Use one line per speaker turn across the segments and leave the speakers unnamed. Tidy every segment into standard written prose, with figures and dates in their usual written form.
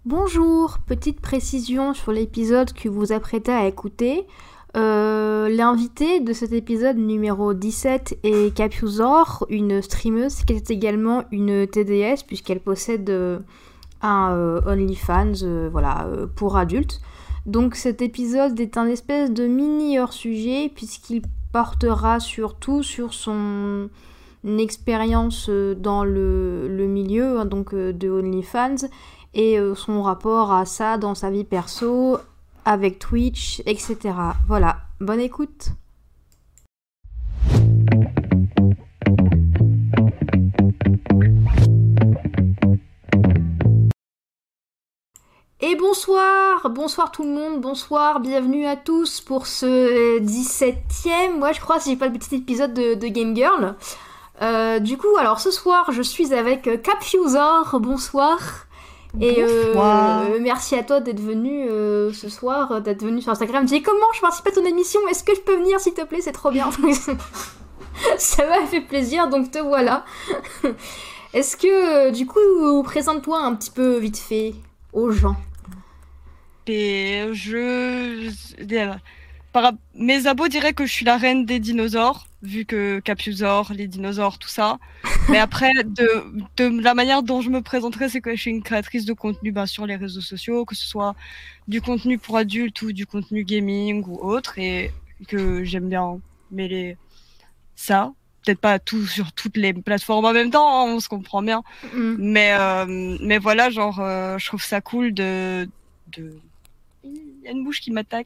Bonjour, petite précision sur l'épisode que vous apprêtez à écouter. L'invité de cet épisode numéro 17 est Capusor, une streameuse qui est également une TDS puisqu'elle possède un OnlyFans pour adultes. Donc cet épisode est un espèce de mini hors-sujet puisqu'il portera surtout sur son expérience dans le milieu de OnlyFans et son rapport à ça dans sa vie perso, avec Twitch, etc. Voilà, bonne écoute. Et bonsoir tout le monde, bonsoir, bienvenue à tous pour ce 17e, je crois, si j'ai pas le petit épisode de Game Girl. Du coup, alors ce soir, je suis avec Capusor, bonsoir. Et merci à toi d'être venu ce soir, d'être venu sur Instagram. Dis comment je participe à ton émission, est-ce que je peux venir s'il te plaît, c'est trop bien. Ça m'a fait plaisir, donc te voilà. Est-ce que du coup, présente-toi un petit peu vite fait aux gens.
Et mes abos diraient que je suis la reine des dinosaures, vu que Capusor, les dinosaures, tout ça. Mais après, de la manière dont je me présenterai, c'est que je suis une créatrice de contenu sur les réseaux sociaux, que ce soit du contenu pour adultes ou du contenu gaming ou autre, et que j'aime bien mêler ça. Peut-être pas tout sur toutes les plateformes en même temps, hein, on se comprend bien. Mais voilà, je trouve ça cool de... Il y a une mouche qui m'attaque.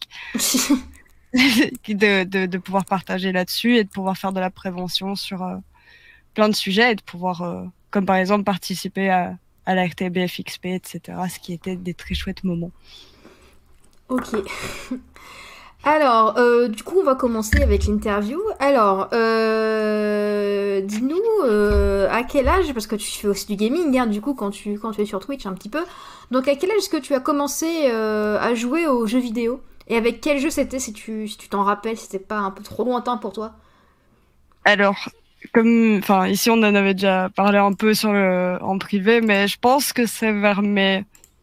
de pouvoir partager là-dessus et de pouvoir faire de la prévention sur plein de sujets et de pouvoir, comme par exemple, participer à la RTBF XP, etc. Ce qui était des très chouettes moments.
Ok. Alors, du coup, on va commencer avec l'interview. Alors, dis-nous à quel âge, parce que tu fais aussi du gaming, hein, du coup, quand tu es sur Twitch un petit peu. Donc, à quel âge est-ce que tu as commencé à jouer aux jeux vidéo? Et avec quel jeu c'était, si tu t'en rappelles, si c'était pas un peu trop lointain pour toi?
Alors, ici, on en avait déjà parlé un peu en privé, mais je pense que c'est vers mes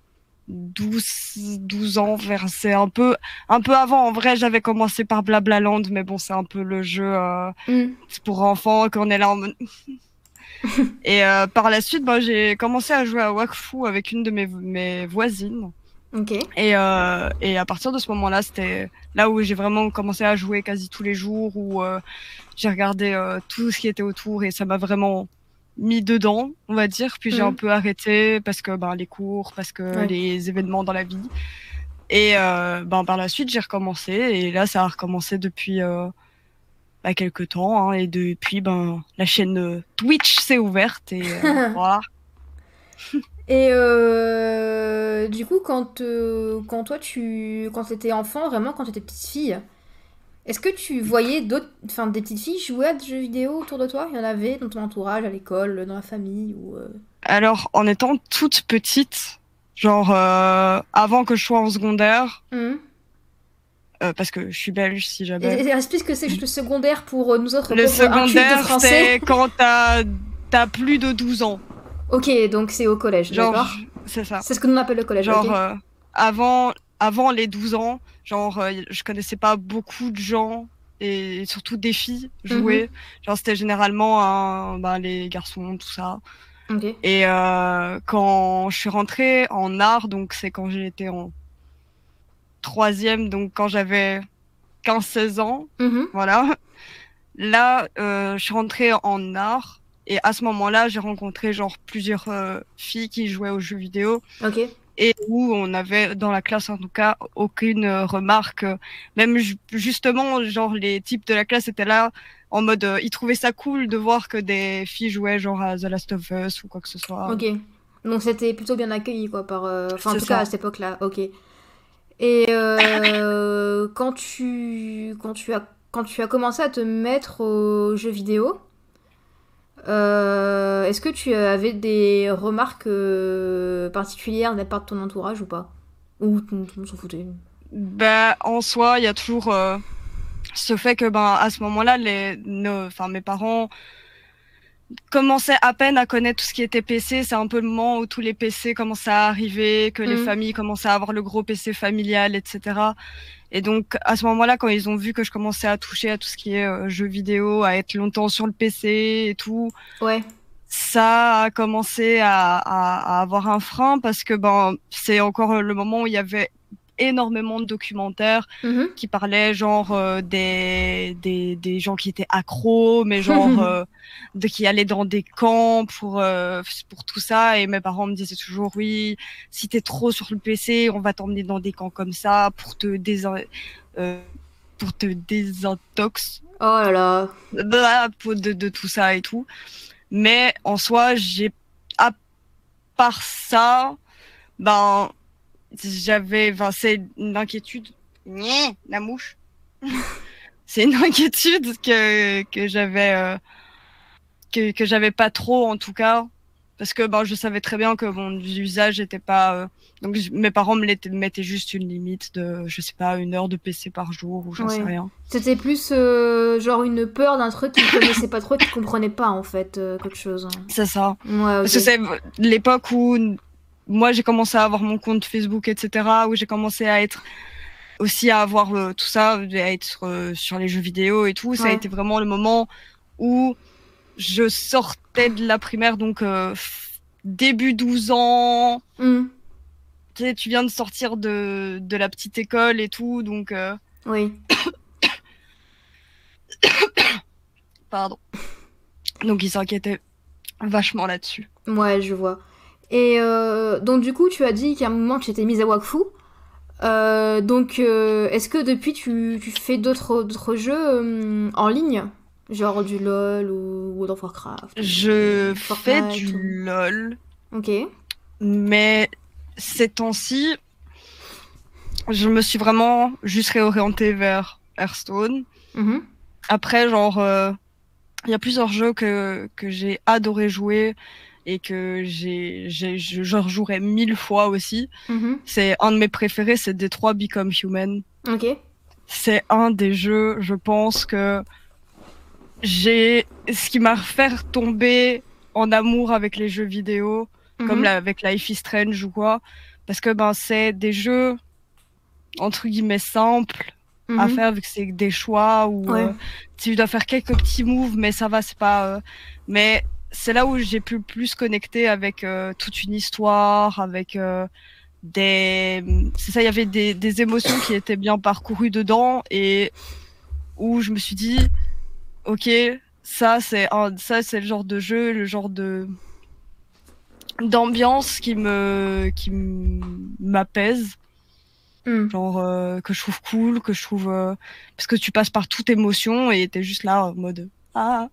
12 ans, c'est un peu avant. En vrai, j'avais commencé par Blablaland, mais bon, c'est un peu le jeu c'est pour enfants qu'on est là en mode... Et par la suite, j'ai commencé à jouer à Wakfu avec une de mes voisines.
Ok.
Et à partir de ce moment-là, c'était là où j'ai vraiment commencé à jouer quasi tous les jours, où j'ai regardé tout ce qui était autour et ça m'a vraiment mis dedans, on va dire. Puis j'ai un peu arrêté parce que les cours, parce que les événements dans la vie. Et par la suite, j'ai recommencé et là, ça a recommencé depuis quelques temps. Hein, et depuis, la chaîne Twitch s'est ouverte et voilà.
Et du coup, quand toi quand t'étais enfant, vraiment quand t'étais petite fille, est-ce que tu voyais des petites filles jouer à des jeux vidéo autour de toi? Il y en avait dans ton entourage, à l'école, dans la famille ou
Alors, en étant toute petite, avant que je sois en secondaire, parce que je suis belge, si jamais.
Et explique ce que c'est juste le secondaire pour nous autres
le
pauvres incultes de
secondaire,
français.
c'est quand t'as plus de 12 ans.
Ok, donc c'est au collège, d'accord.
C'est ça.
C'est ce que nous appelle le collège, ok.
Avant les 12 ans, je connaissais pas beaucoup de gens et surtout des filles jouer. C'était généralement les garçons, tout ça.
Okay.
Et quand je suis rentrée en art, donc c'est quand j'ai été en troisième, donc quand j'avais 15-16 ans, voilà. Là, je suis rentrée en art et à ce moment-là, j'ai rencontré plusieurs filles qui jouaient aux jeux vidéo.
Ok.
Et où on avait, dans la classe en tout cas, aucune remarque. Même justement, les types de la classe étaient là en mode, ils trouvaient ça cool de voir que des filles jouaient à The Last of Us ou quoi que ce soit.
Ok. Donc c'était plutôt bien accueilli, quoi, par... en tout
ça.
cas, à cette époque-là, ok. Et quand tu as commencé à te mettre aux jeux vidéo, est-ce que tu avais des remarques particulières de la part de ton entourage ou pas? Ou tout le monde s'en foutait?
En soi, il y a toujours ce fait que à ce moment-là, mes parents commençais à peine à connaître tout ce qui était PC. C'est un peu le moment où tous les PC commençaient à arriver, que les familles commençaient à avoir le gros PC familial, etc. Et donc, à ce moment-là, quand ils ont vu que je commençais à toucher à tout ce qui est jeux vidéo, à être longtemps sur le PC et tout,
Ouais.
ça a commencé à avoir un frein parce que c'est encore le moment où il y avait énormément de documentaires qui parlaient genre des gens qui étaient accros, mais genre qui allaient dans des camps pour tout ça. Et mes parents me disaient toujours, oui, si t'es trop sur le PC, on va t'emmener dans des camps comme ça pour te désintox.
Oh là là.
De tout ça et tout. Mais en soi, à part ça, c'est une inquiétude. La mouche. C'est une inquiétude que j'avais que j'avais pas trop en tout cas, parce que je savais très bien que mon usage était pas. Donc mes parents mettaient juste une limite de, je sais pas, 1 heure de PC par jour ou j'en sais rien.
C'était plus genre une peur d'un truc qu'ils connaissaient pas trop, qu'ils comprenaient pas en fait, qu'autre chose.
C'est ça.
Ouais, okay.
Parce que c'est l'époque où moi j'ai commencé à avoir mon compte Facebook, etc., où j'ai commencé à être aussi à avoir tout ça, à être sur les jeux vidéo et tout. Ouais. Ça a été vraiment le moment où je sortais de la primaire, donc début 12 ans. Tu sais, tu viens de sortir de la petite école et tout, donc...
Oui.
Pardon. Donc ils s'inquiétaient vachement là-dessus.
Ouais, je vois. Et donc du coup, tu as dit qu'à un moment tu t'étais mise à Wakfu. Donc est-ce que depuis tu fais d'autres jeux en ligne, genre du LOL ou World of Warcraft?
Je fais du LOL.
Ok.
Mais ces temps-ci, je me suis vraiment juste réorientée vers Hearthstone. Après, genre, il y a plusieurs jeux que j'ai adoré jouer et que je rejouerai 1000 fois aussi. C'est un de mes préférés, c'est Detroit Become Human.
Ok.
C'est un des jeux, je pense que ce qui m'a fait tomber en amour avec les jeux vidéo, comme avec Life is Strange ou quoi, parce que c'est des jeux entre guillemets simples à faire vu que c'est des choix où tu dois faire quelques petits moves, mais ça va, c'est pas. Mais c'est là où j'ai pu plus connecter avec toute une histoire, avec c'est ça, il y avait des émotions qui étaient bien parcourues dedans et où je me suis dit, ok, ça c'est le genre de jeu, le genre d'ambiance qui m'apaise. Genre que je trouve cool, que je trouve parce que tu passes par toute émotion et t'es juste là en mode ah.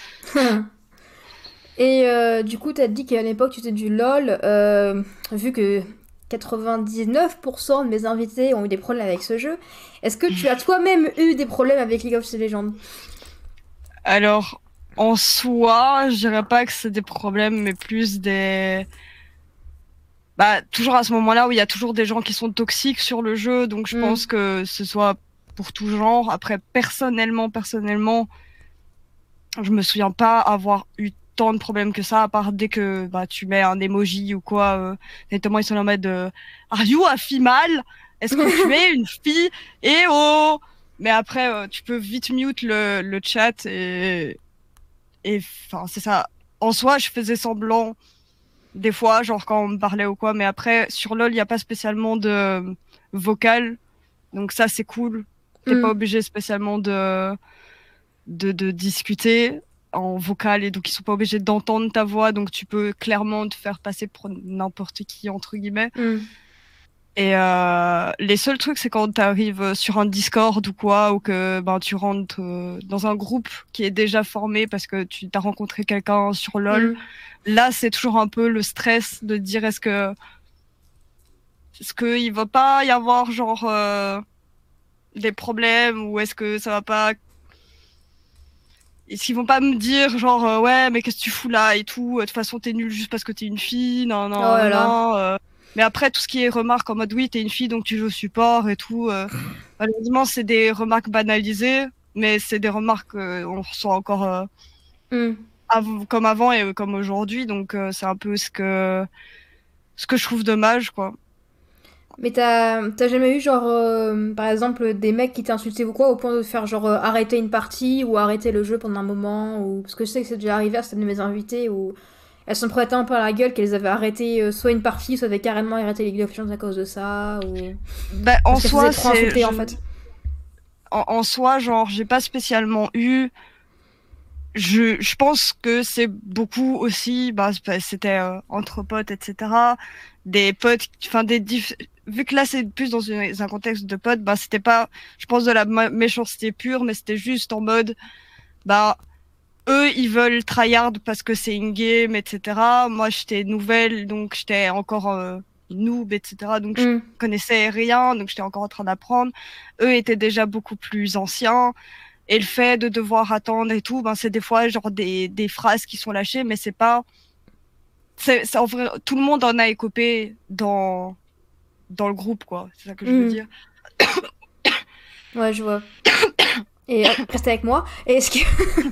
Et du coup t'as dit qu'à l'époque tu faisais du LOL, vu que 99% de mes invités ont eu des problèmes avec ce jeu, est-ce que tu as toi-même eu des problèmes avec League of Legends?
Alors en soi, je dirais pas que c'est des problèmes, mais plus des toujours à ce moment-là où il y a toujours des gens qui sont toxiques sur le jeu, donc je pense que ce soit pour tout genre. Après, personnellement, je me souviens pas avoir eu tant de problèmes que ça, à part dès que tu mets un emoji ou quoi, notamment ils sont en mode Are you a female? Est-ce que tu es une fille? Eh oh! Mais après, tu peux vite mute le chat et enfin, c'est ça. En soi, je faisais semblant des fois, genre quand on me parlait ou quoi, mais après, sur LoL, il n'y a pas spécialement de vocal, donc ça, c'est cool. T'es pas obligé spécialement de discuter en vocal, et donc ils sont pas obligés d'entendre ta voix, donc tu peux clairement te faire passer pour n'importe qui, entre guillemets. Et les seuls trucs, c'est quand t'arrives sur un Discord ou quoi, ou que tu rentres dans un groupe qui est déjà formé parce que tu t'as rencontré quelqu'un sur LoL. Là, c'est toujours un peu le stress de dire est-ce qu'il va pas y avoir genre des problèmes, ou est-ce que ça va pas. Est-ce qu'ils vont pas me dire genre ouais mais qu'est-ce que tu fous là et tout, de toute façon t'es nulle juste parce que t'es une fille, non. Mais après, tout ce qui est remarques en mode oui, t'es une fille donc tu joues au support et tout, malheureusement, c'est des remarques banalisées, mais c'est des remarques qu'on reçoit encore comme avant et comme aujourd'hui, donc c'est un peu ce que je trouve dommage, quoi.
Mais t'as jamais eu, genre, par exemple, des mecs qui t'insultaient ou quoi, au point de faire, genre, arrêter une partie ou arrêter le jeu pendant un moment ou... Parce que je sais que c'est déjà arrivé à certaines de mes invités où elles se prenaient un peu à la gueule qu'elles avaient arrêté soit une partie, soit avaient carrément arrêté League of Legends à cause de ça, ou...
Bah, en
Parce qu'elles se faisaient
soi,
trop insulter, en fait.
en soi, genre, j'ai pas spécialement eu. Je pense que c'est beaucoup aussi, bah, c'était entre potes, etc. Des potes, enfin vu que là c'est plus dans un contexte de potes, bah c'était pas, je pense, de la méchanceté pure, mais c'était juste en mode, bah eux ils veulent tryhard parce que c'est une game, etc. Moi j'étais nouvelle, donc j'étais encore noob, etc. Donc je connaissais rien, donc j'étais encore en train d'apprendre. Eux étaient déjà beaucoup plus anciens. Et le fait de devoir attendre et tout, ben c'est des fois genre des phrases qui sont lâchées, mais c'est pas, c'est en vrai, tout le monde en a écopé dans le groupe, quoi. C'est ça que je veux dire.
Ouais, je vois. Et restez avec moi. Et est-ce que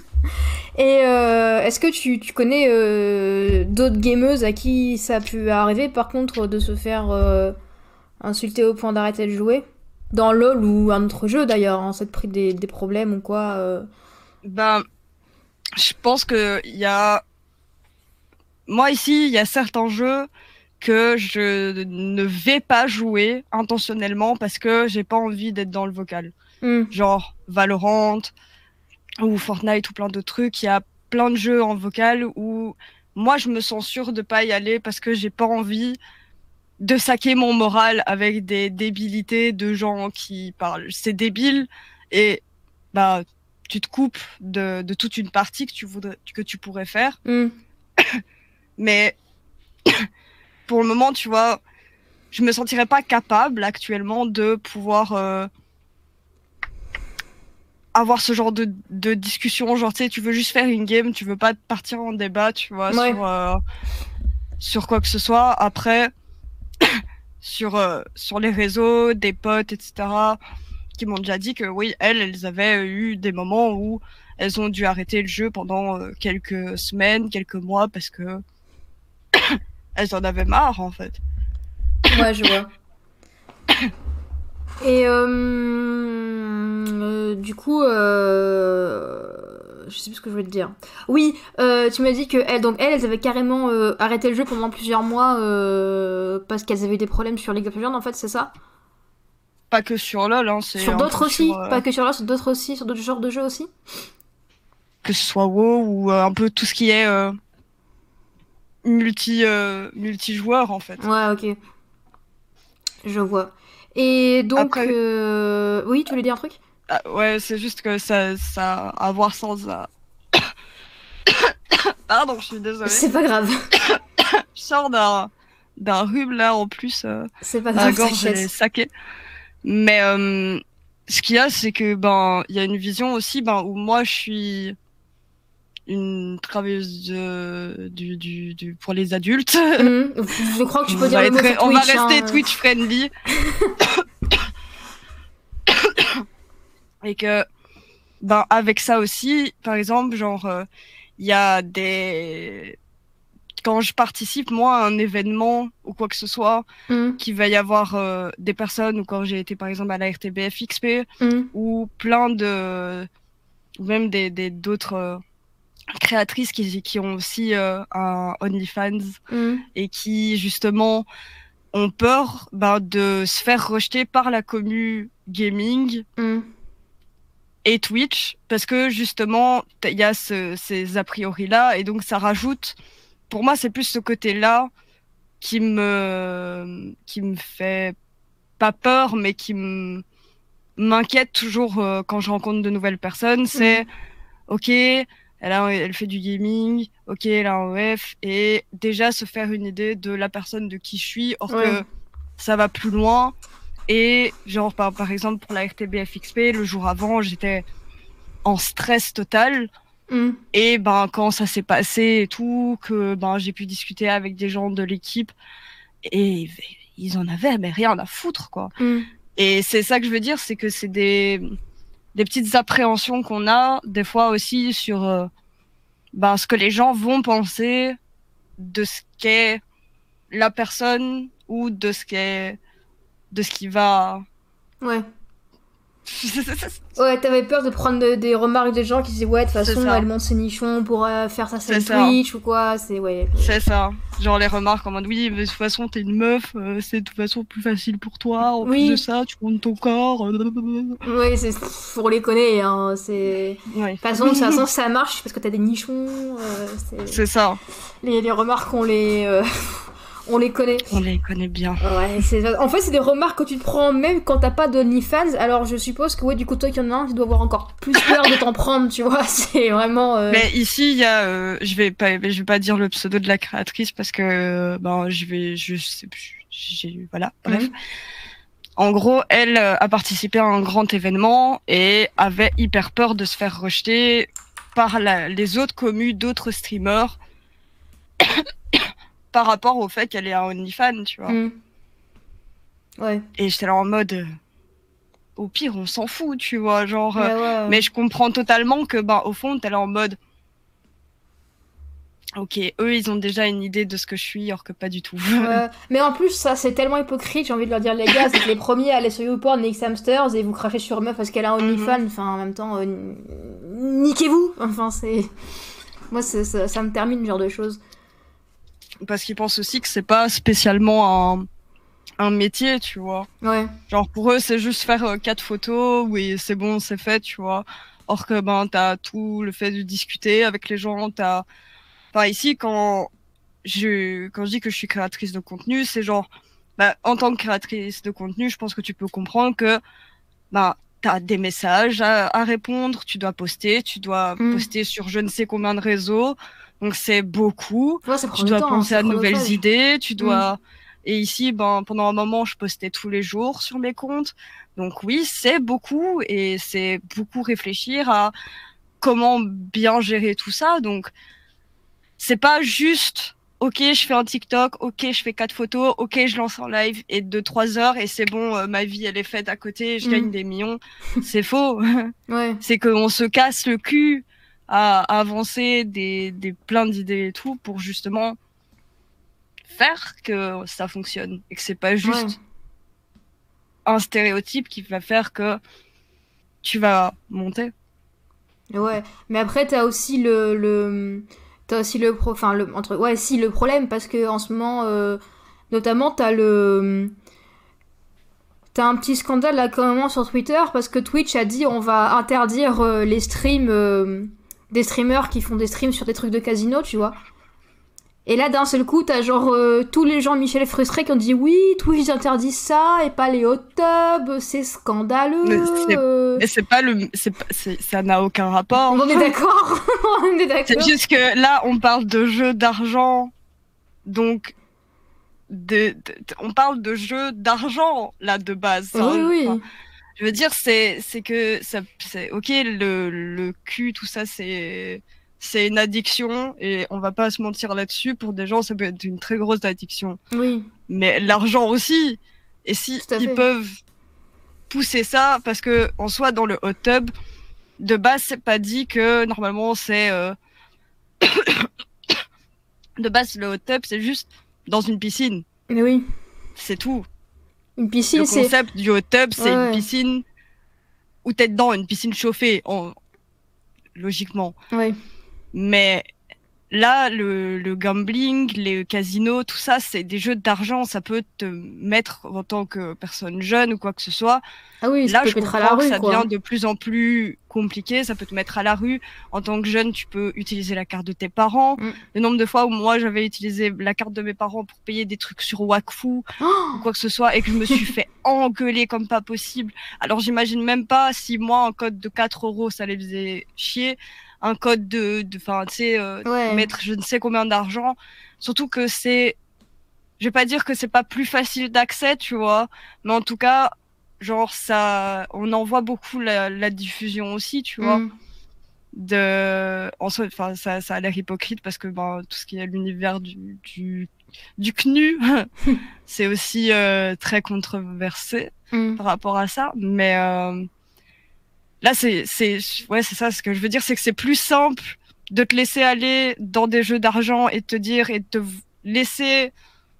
est-ce que tu connais d'autres gameuses à qui ça a pu arriver, par contre, de se faire insulter au point d'arrêter de jouer? Dans LoL ou un autre jeu d'ailleurs, hein, ça te pris des problèmes ou quoi
Ben, je pense que il y a, moi ici, il y a certains jeux que je ne vais pas jouer intentionnellement parce que j'ai pas envie d'être dans le vocal. Genre Valorant ou Fortnite ou plein d'autres trucs. Il y a plein de jeux en vocal où moi je me sens sûre de pas y aller parce que j'ai pas envie de saquer mon moral avec des débilités de gens qui parlent. C'est débile et bah tu te coupes de toute une partie que tu pourrais faire. Mais pour le moment, tu vois, je me sentirais pas capable actuellement de pouvoir avoir ce genre de discussion. Genre, tu sais, tu veux juste faire une game, tu veux pas partir en débat, tu vois, sur quoi que ce soit. Après, sur les réseaux, des potes, etc., qui m'ont déjà dit que oui, elles avaient eu des moments où elles ont dû arrêter le jeu pendant quelques semaines, quelques mois, parce que elles en avaient marre, en fait.
Ouais, je vois. Et du coup, je sais plus ce que je voulais te dire. Oui, tu m'as dit que elles avaient carrément arrêté le jeu pendant plusieurs mois parce qu'elles avaient des problèmes sur League of Legends, en fait, c'est ça?
Pas que sur LoL, hein, c'est
sur d'autres aussi,
sur,
pas que sur LoL, sur d'autres aussi, sur d'autres genres de jeux aussi.
Que ce soit WoW ou un peu tout ce qui est multijoueur, en fait.
Ouais, ok. Je vois. Et donc,
Après,
oui, tu voulais dire un truc?
ouais, c'est juste que ça a à voir sans... Pardon, je suis désolée.
C'est pas grave.
Je sors d'un rhume là en plus.
C'est pas
ma
grave,
gorge est saquée. Mais ce qu'il y a, c'est que ben il y a une vision aussi ben où moi je suis une travailleuse pour les adultes.
Je crois que tu peux dire le mot sur Twitch.
On va rester Twitch friendly. Et que ben avec ça aussi, par exemple, genre il y a des, quand je participe moi à un événement ou quoi que ce soit, qu'il va y avoir des personnes, ou quand j'ai été par exemple à la RTBF XP, ou plein de, ou même d'autres créatrices qui ont aussi un OnlyFans et qui justement ont peur de se faire rejeter par la commu gaming et Twitch, parce que justement il y a ces a priori là, et donc ça rajoute, pour moi c'est plus ce côté là qui me fait pas peur, mais qui m'inquiète toujours quand je rencontre de nouvelles personnes. C'est ok, elle fait du gaming, ok, elle a un OF, et déjà se faire une idée de la personne de qui je suis, or que ça va plus loin. Et genre par exemple pour la RTBF XP, le jour avant j'étais en stress total, et ben quand ça s'est passé et tout, que ben j'ai pu discuter avec des gens de l'équipe, et ils en avaient mais rien à foutre, quoi. Et c'est ça que je veux dire, c'est que c'est des petites appréhensions qu'on a des fois aussi sur ce que les gens vont penser de ce qu'est la personne ou de ce qui va.
Ouais. Ouais, t'avais peur de prendre des remarques des gens qui disaient ouais, de toute façon, elle monte ses nichons pour faire sa scène Twitch ou quoi.
C'est ça. Genre les remarques en mode oui, mais de toute façon, t'es une meuf, c'est de toute façon plus facile pour toi. En plus de ça, tu montes ton corps.
Oui, on les connaît. Hein, de toute façon, ça marche parce que t'as des nichons.
C'est ça.
Les remarques, on les connaît.
On les connaît bien.
Ouais, en fait, c'est des remarques que tu te prends même quand t'as pas d'OnlyFans. Alors, je suppose que, du coup, toi qui en as un, tu dois avoir encore plus peur de t'en prendre, tu vois. C'est vraiment.
Mais ici, il y a. Je vais pas dire le pseudo de la créatrice parce que. Je sais plus. Voilà, bref. En gros, elle a participé à un grand événement et avait hyper peur de se faire rejeter par les autres communes d'autres streamers. Par rapport au fait qu'elle est un OnlyFans, tu vois.
Ouais.
Et j'étais là en mode... au pire, on s'en fout, tu vois, genre... Mais je comprends totalement que, au fond, t'es là en mode... Ok, eux, ils ont déjà une idée de ce que je suis, alors que pas du tout.
Mais en plus, ça, c'est tellement hypocrite, j'ai envie de leur dire, les gars, c'est les premiers à aller sur YouPorn, Nick Hamsters, et vous crachez sur une meuf parce qu'elle a un OnlyFans, enfin, en même temps, niquez-vous. Enfin, c'est... Moi, ça me termine, ce genre de choses.
Parce qu'ils pensent aussi que c'est pas spécialement un métier, tu vois.
Ouais.
Genre pour eux, c'est juste faire 4 photos, oui, c'est bon, c'est fait, tu vois. Or que t'as tout le fait de discuter avec les gens, Enfin ici, quand je dis que je suis créatrice de contenu, c'est genre, en tant que créatrice de contenu, je pense que tu peux comprendre que t'as des messages à répondre, tu dois poster sur je ne sais combien de réseaux. Donc c'est beaucoup. Tu dois penser à de nouvelles idées. Tu dois. Et ici, pendant un moment, je postais tous les jours sur mes comptes. Donc oui, c'est beaucoup et c'est beaucoup réfléchir à comment bien gérer tout ça. Donc c'est pas juste. Ok, je fais un TikTok. Ok, je fais 4 photos. Ok, je lance en live et de 3 heures et c'est bon, ma vie elle est faite à côté. Je gagne des millions. C'est faux.
Ouais.
C'est qu'on se casse le cul à avancer des plein d'idées et tout pour justement faire que ça fonctionne et que c'est pas juste un stéréotype qui va faire que tu vas monter.
Ouais, mais après t'as aussi le problème parce que en ce moment notamment t'as un petit scandale là quand même sur Twitter parce que Twitch a dit on va interdire les streams des streamers qui font des streams sur des trucs de casino, tu vois. Et là, d'un seul coup, t'as genre tous les gens Michel frustrés qui ont dit oui, Twitch interdit ça et pas les hot tubs, c'est scandaleux.
Mais c'est pas ça n'a aucun rapport.
On est d'accord. On est d'accord.
C'est juste que là, on parle de jeux d'argent, donc on parle de jeux d'argent là de base.
Oui.
Enfin, je veux dire, c'est que c'est ok, le cul, tout ça, c'est une addiction et on va pas se mentir là-dessus. Pour des gens, ça peut être une très grosse addiction.
Oui.
Mais l'argent aussi. Et si ils peuvent pousser ça, parce que en soi, dans le hot tub, de base, c'est pas dit que normalement c'est. De base, le hot tub, c'est juste dans une piscine.
Mais oui.
C'est tout.
Une piscine,
le concept du hot tub, c'est une piscine où t'es dedans, une piscine chauffée, logiquement.
Oui.
Mais là, le gambling, les casinos, tout ça, c'est des jeux d'argent. Ça peut te mettre en tant que personne jeune ou quoi que ce soit.
Ah oui,
là,
ça peut te mettre à la rue,
ça devient de plus en plus compliqué. Ça peut te mettre à la rue. En tant que jeune, tu peux utiliser la carte de tes parents. Le nombre de fois où moi, j'avais utilisé la carte de mes parents pour payer des trucs sur Wakfu ou quoi que ce soit et que je me suis fait engueuler comme pas possible. Alors, j'imagine même pas si moi, un code de 4 €, ça les faisait chier. Un code mettre je ne sais combien d'argent. Surtout que je vais pas dire que c'est pas plus facile d'accès, tu vois, mais en tout cas, genre on en voit beaucoup la diffusion aussi, tu vois. En soi, enfin, ça a l'air hypocrite parce que tout ce qui est l'univers du CNU, c'est aussi très controversé par rapport à ça, mais là, c'est ça. Ce que je veux dire, c'est que c'est plus simple de te laisser aller dans des jeux d'argent et te dire et te laisser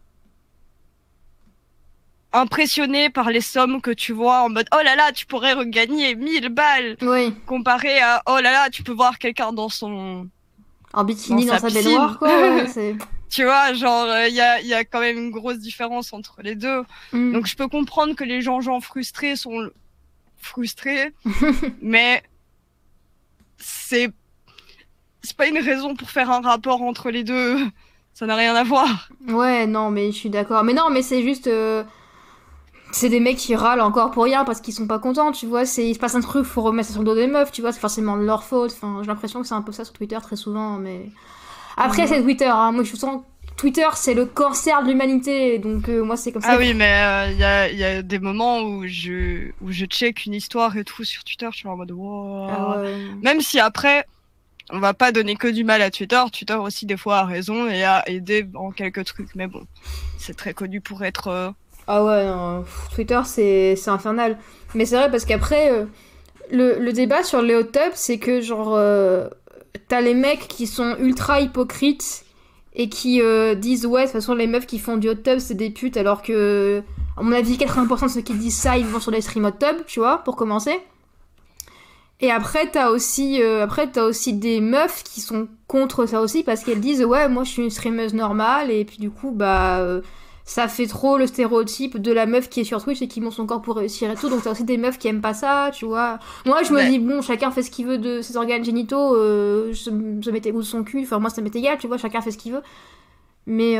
impressionné par les sommes que tu vois en mode oh là là tu pourrais regagner 1000 balles comparé à oh là là tu peux voir quelqu'un dans son
en bikini dans sa baignoire quoi.
Tu vois genre il y a quand même une grosse différence entre les deux. Donc je peux comprendre que les gens frustrés sont frustrés mais c'est pas une raison pour faire un rapport entre les deux, ça n'a rien à voir.
Ouais non mais je suis d'accord, mais non mais c'est juste c'est des mecs qui râlent encore pour rien parce qu'ils sont pas contents, tu vois. Il se passe un truc, faut remettre ça sur le dos des meufs, tu vois. C'est forcément de leur faute. Enfin, j'ai l'impression que c'est un peu ça sur Twitter très souvent, mais après c'est Twitter. Hein. Moi je sens Twitter c'est le cancer de l'humanité, donc moi c'est comme ça.
Ah oui, mais il y a des moments où je check une histoire et tout sur Twitter, je suis en mode wow. Ah ouais. Même si après on va pas donner que du mal à Twitter. Twitter aussi des fois a raison et a aidé en quelques trucs, mais bon, c'est très connu pour être
ah ouais, non, Twitter c'est infernal. Mais c'est vrai parce qu'après, le débat sur les hot tubs, c'est que genre, t'as les mecs qui sont ultra hypocrites et qui disent ouais, de toute façon les meufs qui font du hot tub c'est des putes, alors que, à mon avis, 80% de ceux qui disent ça, ils vont sur des streams hot tub, tu vois, pour commencer. Et après, t'as aussi des meufs qui sont contre ça aussi parce qu'elles disent ouais, moi je suis une streameuse normale et puis du coup, ça fait trop le stéréotype de la meuf qui est sur Twitch et qui monte son corps pour réussir et tout, donc t'as aussi des meufs qui aiment pas ça, tu vois. Moi je me dis bon, chacun fait ce qu'il veut de ses organes génitaux, je m'étais ou de son cul, enfin moi ça m'est égal, tu vois, chacun fait ce qu'il veut. Mais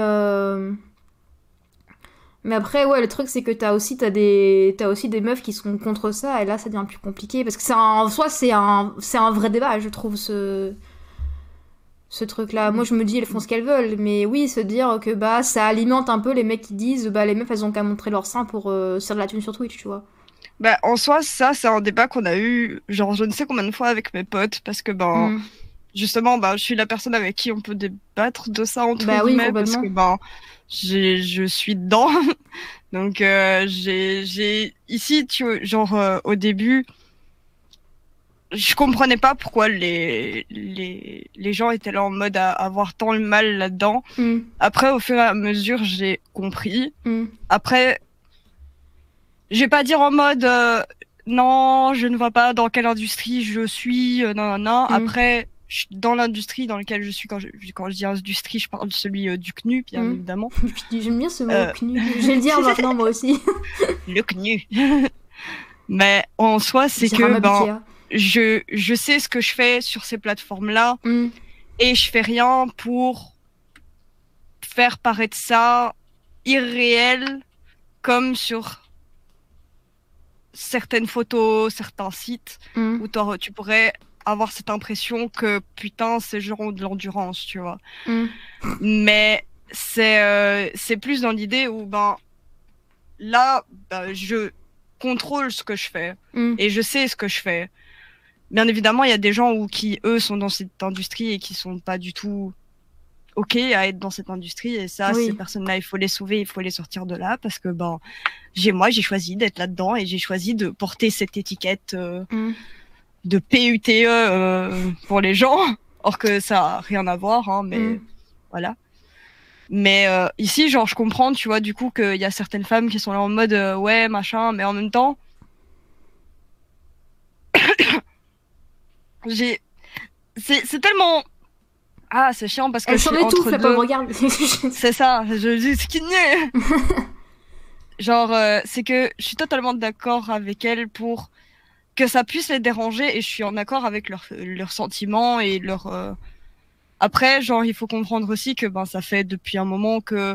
après ouais, le truc c'est que t'as aussi des meufs qui sont contre ça et là ça devient plus compliqué parce que en soi c'est un vrai débat, je trouve, ce truc-là. Moi, je me dis, elles font ce qu'elles veulent. Mais oui, se dire que ça alimente un peu les mecs qui disent les meufs, elles ont qu'à montrer leur sein pour se faire de la thune sur Twitch, tu vois.
En soi, ça, c'est un débat qu'on a eu, genre, je ne sais combien de fois avec mes potes, parce que, justement, je suis la personne avec qui on peut débattre de ça, entre guillemets, parce que, je suis dedans. Donc, j'ai ici, genre, au début, je comprenais pas pourquoi les gens étaient là en mode à avoir tant le mal là-dedans. Après, au fur et à mesure, j'ai compris. Après, je vais pas dire en mode non, je ne vois pas dans quelle industrie je suis, non. Après, dans l'industrie dans laquelle je suis, quand je dis industrie, je parle de celui du CNU, bien évidemment.
J'aime bien ce mot, CNU. Je vais le dire maintenant, moi aussi.
Le CNU. Mais en soi, c'est que je sais ce que je fais sur ces plateformes-là et je fais rien pour faire paraître ça irréel comme sur certaines photos, certains sites où tu pourrais avoir cette impression que putain, ces gens ont de l'endurance, tu vois. Mais c'est plus dans l'idée où là, je contrôle ce que je fais et je sais ce que je fais. Bien évidemment, il y a des gens qui, eux, sont dans cette industrie et qui sont pas du tout OK à être dans cette industrie. Et ça, ces personnes-là, il faut les sauver, il faut les sortir de là parce que, j'ai choisi d'être là-dedans et j'ai choisi de porter cette étiquette de PUTE pour les gens. Or que ça a rien à voir, hein, mais voilà. Mais ici, genre, je comprends, tu vois, du coup, qu'il y a certaines femmes qui sont là en mode ouais, machin, mais en même temps, c'est tellement c'est chiant parce que
elle s'en étouffe, la pauvre, regarde.
C'est ça, je dis skinny. Genre c'est que je suis totalement d'accord avec elle pour que ça puisse les déranger et je suis en accord avec leurs sentiments et leur après genre il faut comprendre aussi que ça fait depuis un moment que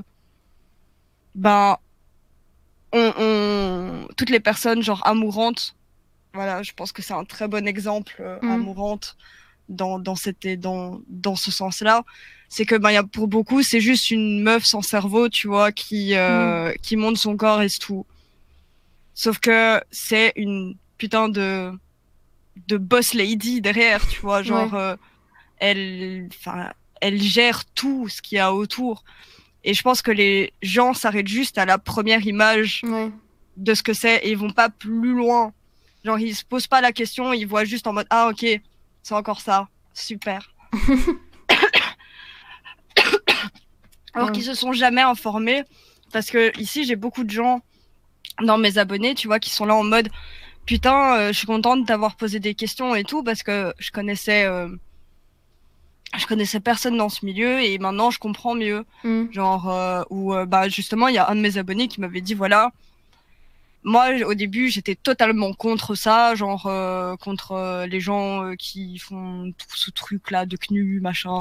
toutes les personnes genre amourantes, voilà, je pense que c'est un très bon exemple amourante dans ce sens-là. C'est que y a pour beaucoup, c'est juste une meuf sans cerveau, tu vois, qui monte son corps et c'est tout. Sauf que c'est une putain de boss lady derrière, tu vois, genre elle gère tout ce qu'il y a autour. Et je pense que les gens s'arrêtent juste à la première image de ce que c'est et ils vont pas plus loin. Genre, ils se posent pas la question, ils voient juste en mode ah ok, c'est encore ça, super. Alors qu'ils se sont jamais informés. Parce que ici, j'ai beaucoup de gens dans mes abonnés, tu vois, qui sont là en mode putain, je suis contente d'avoir posé des questions et tout, parce que je connaissais personne dans ce milieu et maintenant je comprends mieux. Genre, bah, justement, il y a un de mes abonnés qui m'avait dit voilà, moi au début j'étais totalement contre ça, genre contre les gens qui font tout ce truc là de CNU, machin.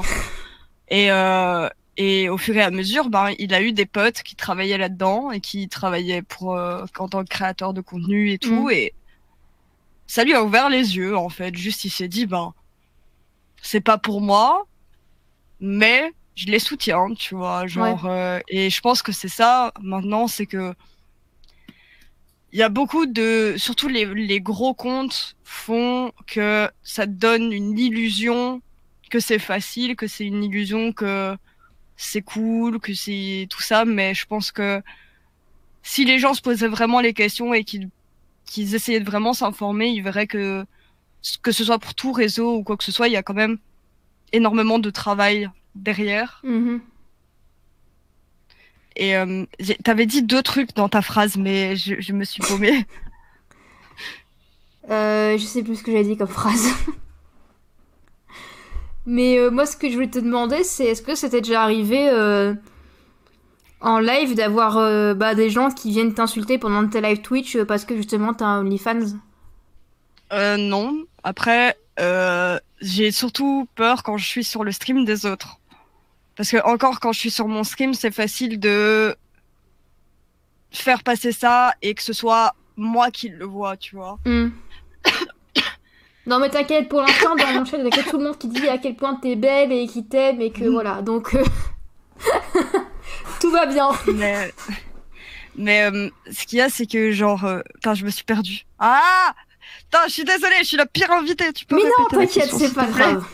Et au fur et à mesure, ben, il a eu des potes qui travaillaient là-dedans et qui travaillaient en tant que créateur de contenu et tout. Et ça lui a ouvert les yeux, en fait. Juste, il s'est dit, ben, c'est pas pour moi, mais je les soutiens, tu vois. Genre, et je pense que c'est ça, maintenant, c'est que il y a beaucoup surtout les gros comptes font que ça te donne une illusion que c'est facile, que c'est une illusion que c'est cool, que c'est tout ça, mais je pense que si les gens se posaient vraiment les questions et qu'ils essayaient de vraiment s'informer, ils verraient que ce soit pour tout réseau ou quoi que ce soit, il y a quand même énormément de travail derrière. Et t'avais dit 2 trucs dans ta phrase, mais je me suis paumée.
Je sais plus ce que j'ai dit comme phrase. Mais moi, ce que je voulais te demander, c'est est-ce que c'était déjà arrivé en live d'avoir des gens qui viennent t'insulter pendant tes live Twitch parce que justement t'as un OnlyFans?
Non. Après, j'ai surtout peur quand je suis sur le stream des autres. Parce que encore quand je suis sur mon stream, c'est facile de faire passer ça et que ce soit moi qui le vois, tu vois.
Non mais t'inquiète, pour l'instant dans mon chat il y a que tout le monde qui dit à quel point t'es belle et qui t'aime et que voilà, donc tout va bien.
Mais ce qu'il y a, c'est que genre, je me suis perdue. Ah, je suis désolée, je suis la pire invitée. Tu peux
mais
répéter
non,
la
t'inquiète,
question,
c'est
s'il
pas
te plaît.
grave.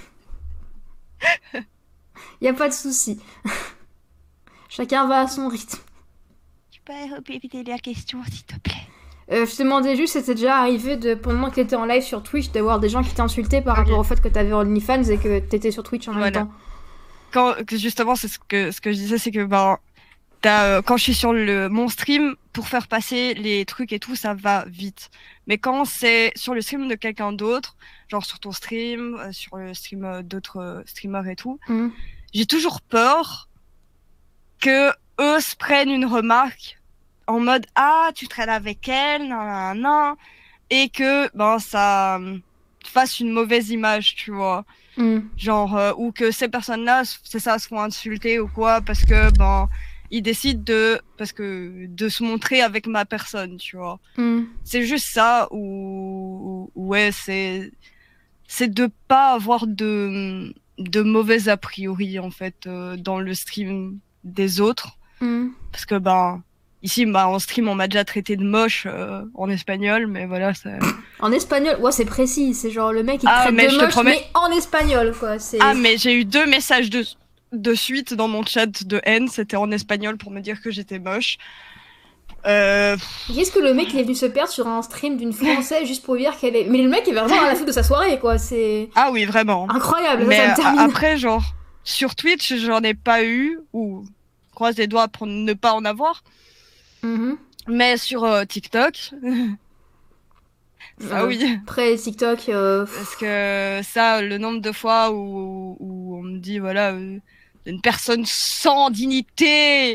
Y a pas de souci. Chacun va à son rythme.
Tu peux répéter la question, s'il te plaît.
Je te demandais juste, c'était déjà arrivé pendant que t'étais en live sur Twitch d'avoir des gens qui t'insultaient par rapport au fait que t'avais OnlyFans et que t'étais sur Twitch en même temps.
Justement, c'est ce que je disais, c'est que quand je suis sur mon stream, pour faire passer les trucs et tout, ça va vite. Mais quand c'est sur le stream de quelqu'un d'autre, genre sur ton stream, sur le stream d'autres streamers et tout, j'ai toujours peur que eux se prennent une remarque en mode ah tu traînes avec elle, nan, et que ça fasse une mauvaise image, tu vois. Genre ou que ces personnes-là, c'est ça, se font insulter ou quoi parce que ils décident de se montrer avec ma personne, tu vois. C'est juste ça ou ouais, c'est de pas avoir de mauvais a priori en fait dans le stream des autres parce que ici en stream on m'a déjà traité de moche en espagnol, mais voilà,
en espagnol, ouais, c'est précis, c'est genre le mec il te traite de moche mais en espagnol quoi,
mais j'ai eu 2 messages de suite dans mon chat de haine, c'était en espagnol pour me dire que j'étais moche.
Qu'est-ce que le mec il est venu se perdre sur un stream d'une française juste pour dire qu'elle est. Mais le mec est vraiment à la foutre de sa soirée quoi, c'est.
Ah oui, vraiment.
Incroyable,
mais
ça me termine.
Après, genre, sur Twitch, j'en ai pas eu, ou croise les doigts pour ne pas en avoir. Mais sur TikTok. Ça oui.
Après TikTok.
Parce que ça, le nombre de fois où on me dit, voilà, une personne sans dignité.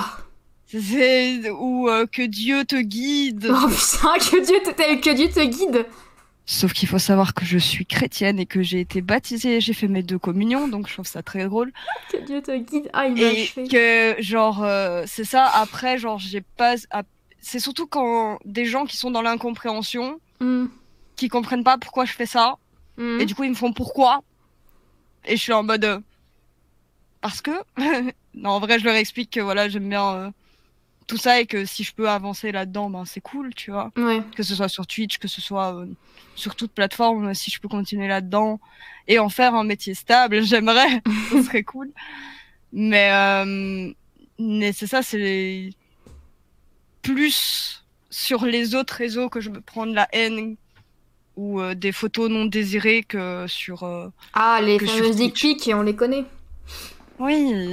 Ou que Dieu te guide.
Oh putain, que Dieu te guide.
Sauf qu'il faut savoir que je suis chrétienne et que j'ai été baptisée, j'ai fait mes 2 communions, donc je trouve ça très drôle.
Que Dieu te guide. Ah, il
et que genre c'est ça. Après, genre c'est surtout quand des gens qui sont dans l'incompréhension, qui comprennent pas pourquoi je fais ça, et du coup ils me font pourquoi, et je suis en mode parce que non, en vrai je leur explique que voilà, j'aime bien tout ça et que si je peux avancer là-dedans, c'est cool, tu vois. Que ce soit sur Twitch, que ce soit sur toute plateforme, si je peux continuer là-dedans et en faire un métier stable, j'aimerais, ce serait cool. Mais c'est ça, c'est plus sur les autres réseaux que je me prends de la haine ou des photos non désirées que sur.
Ah, les
que sur
fameuses dick
Twitch.
pics, on les connaît.
Oui.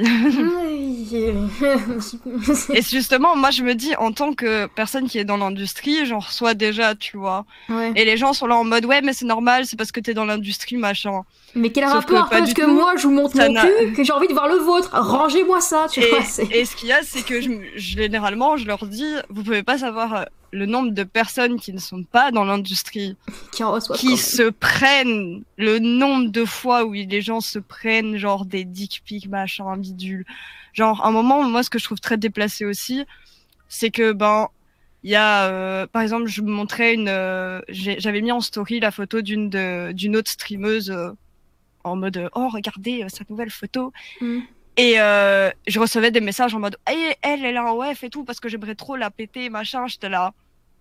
Ouais.
Et justement, moi je me dis, en tant que personne qui est dans l'industrie, j'en reçois déjà, tu vois. Et les gens sont là en mode, ouais, mais c'est normal, c'est parce que t'es dans l'industrie, machin.
Mais quel
Sauf que
rapport
pas
parce
du
que
tout.
moi je vous montre
Ça
mon cul, que j'ai envie de voir le vôtre. Rangez-moi ça, tu vois.
Et ce qu'il y a, c'est que généralement, je leur dis, vous pouvez pas savoir le nombre de personnes qui ne sont pas dans l'industrie,
qui en reçoivent
qui se prennent, le nombre de fois où les gens se prennent genre des dick pics, machin, bidule. Genre, un moment, moi, ce que je trouve très déplacé aussi, c'est que, il y a, par exemple, je me montrais j'avais mis en story la photo d'une autre streameuse en mode, oh, regardez sa nouvelle photo. Et je recevais des messages en mode, hey, elle a un WEF et tout, parce que j'aimerais trop la péter, machin. J'étais là.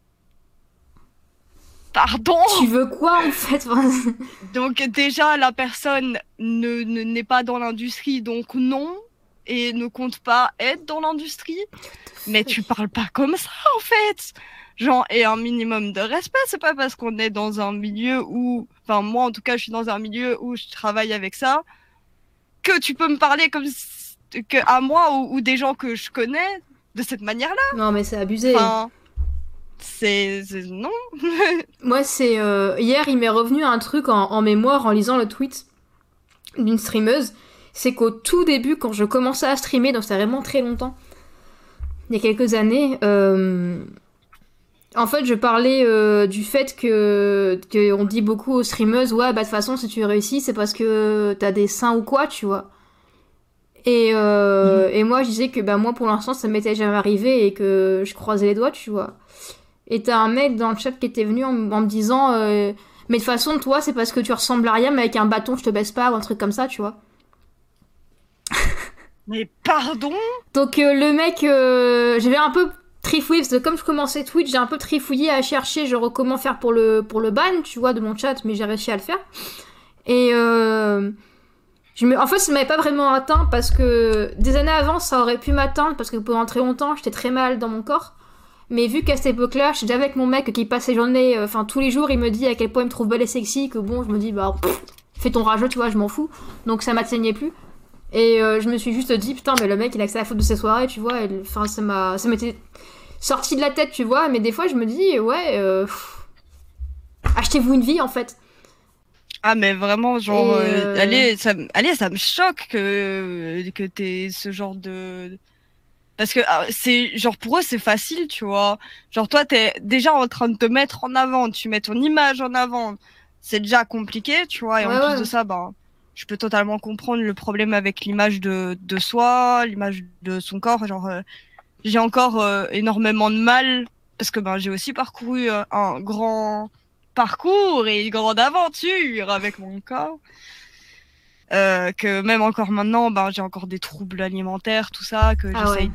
Pardon.
Tu veux quoi en fait?
Donc déjà, la personne n'est pas dans l'industrie, donc non, et ne compte pas être dans l'industrie. Mais tu parles pas comme ça en fait. Genre, et un minimum de respect, c'est pas parce qu'on est dans un milieu où, enfin moi en tout cas, je suis dans un milieu où je travaille avec ça, que tu peux me parler comme que à moi ou des gens que je connais de cette manière-là.
Non mais c'est abusé.
Enfin, c'est non.
Moi c'est hier il m'est revenu un truc en mémoire en lisant le tweet d'une streameuse, c'est qu'au tout début quand je commençais à streamer, donc ça vraiment très longtemps, il y a quelques années, en fait je parlais du fait que on dit beaucoup aux streameuses, ouais bah de toute façon si tu réussis c'est parce que t'as des seins ou quoi, tu vois. Et moi je disais que bah moi pour l'instant ça m'était jamais arrivé et que je croisais les doigts, tu vois. Et t'as un mec dans le chat qui était venu en me disant mais de toute façon toi c'est parce que tu ressembles à rien mais avec un bâton je te baisse pas ou un truc comme ça, tu vois.
Mais pardon.
Donc le mec j'avais un peu trifouillé parce que comme je commençais Twitch j'ai un peu trifouillé à chercher genre comment faire pour le ban, tu vois, de mon chat, mais j'ai réussi à le faire. Et en fait, ça m'avait pas vraiment atteint parce que des années avant, ça aurait pu m'atteindre parce que pendant très longtemps, j'étais très mal dans mon corps. Mais vu qu'à cette époque-là, j'étais déjà avec mon mec qui passe ses journées, enfin tous les jours, il me dit à quel point il me trouve belle et sexy, que bon, je me dis, bah, fais ton rageux, tu vois, je m'en fous. Donc ça m'atteignait plus. Et je me suis juste dit, putain, mais le mec, il a accès à la faute de ses soirées, tu vois. Enfin, ça m'était sorti de la tête, tu vois. Mais des fois, je me dis, ouais, achetez-vous une vie, en fait.
Ah mais vraiment genre allez ça me choque que t'aies ce genre de parce que c'est genre pour eux c'est facile, tu vois, genre toi t'es déjà en train de te mettre en avant, tu mets ton image en avant, c'est déjà compliqué, tu vois, et en plus de ça je peux totalement comprendre le problème avec l'image de soi, l'image de son corps, genre j'ai encore énormément de mal parce que j'ai aussi parcouru un grand parcours et une grande aventure avec mon corps. Que même encore maintenant, j'ai encore des troubles alimentaires, tout ça, que j'essaye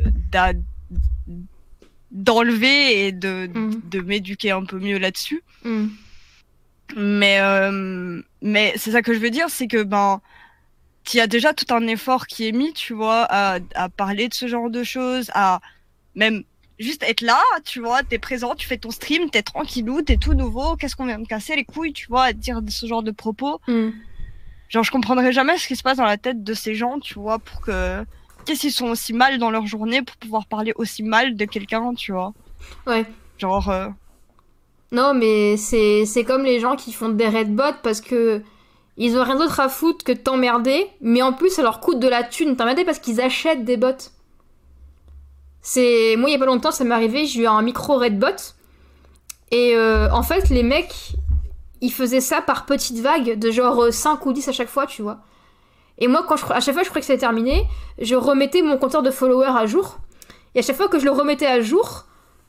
d'enlever et de m'éduquer un peu mieux là-dessus. Mais c'est ça que je veux dire, c'est que il y a déjà tout un effort qui est mis, tu vois, à parler de ce genre de choses, à même juste être là, tu vois, t'es présent, tu fais ton stream, t'es tranquillou, t'es tout nouveau, qu'est-ce qu'on vient de casser les couilles, tu vois, à dire ce genre de propos. Genre, je comprendrais jamais ce qui se passe dans la tête de ces gens, tu vois, pour que... Qu'est-ce qu'ils sont aussi mal dans leur journée pour pouvoir parler aussi mal de quelqu'un, tu vois.
Ouais.
Genre...
Non, mais c'est comme les gens qui font des red bots parce que ils ont rien d'autre à foutre que de t'emmerder, mais en plus ça leur coûte de la thune t'emmerder parce qu'ils achètent des bots. Moi il y a pas longtemps ça m'est arrivé, j'ai eu un micro red bot et en fait les mecs ils faisaient ça par petites vagues de genre 5 ou 10 à chaque fois, tu vois. Et moi à chaque fois je croyais que c'était terminé, je remettais mon compteur de followers à jour et à chaque fois que je le remettais à jour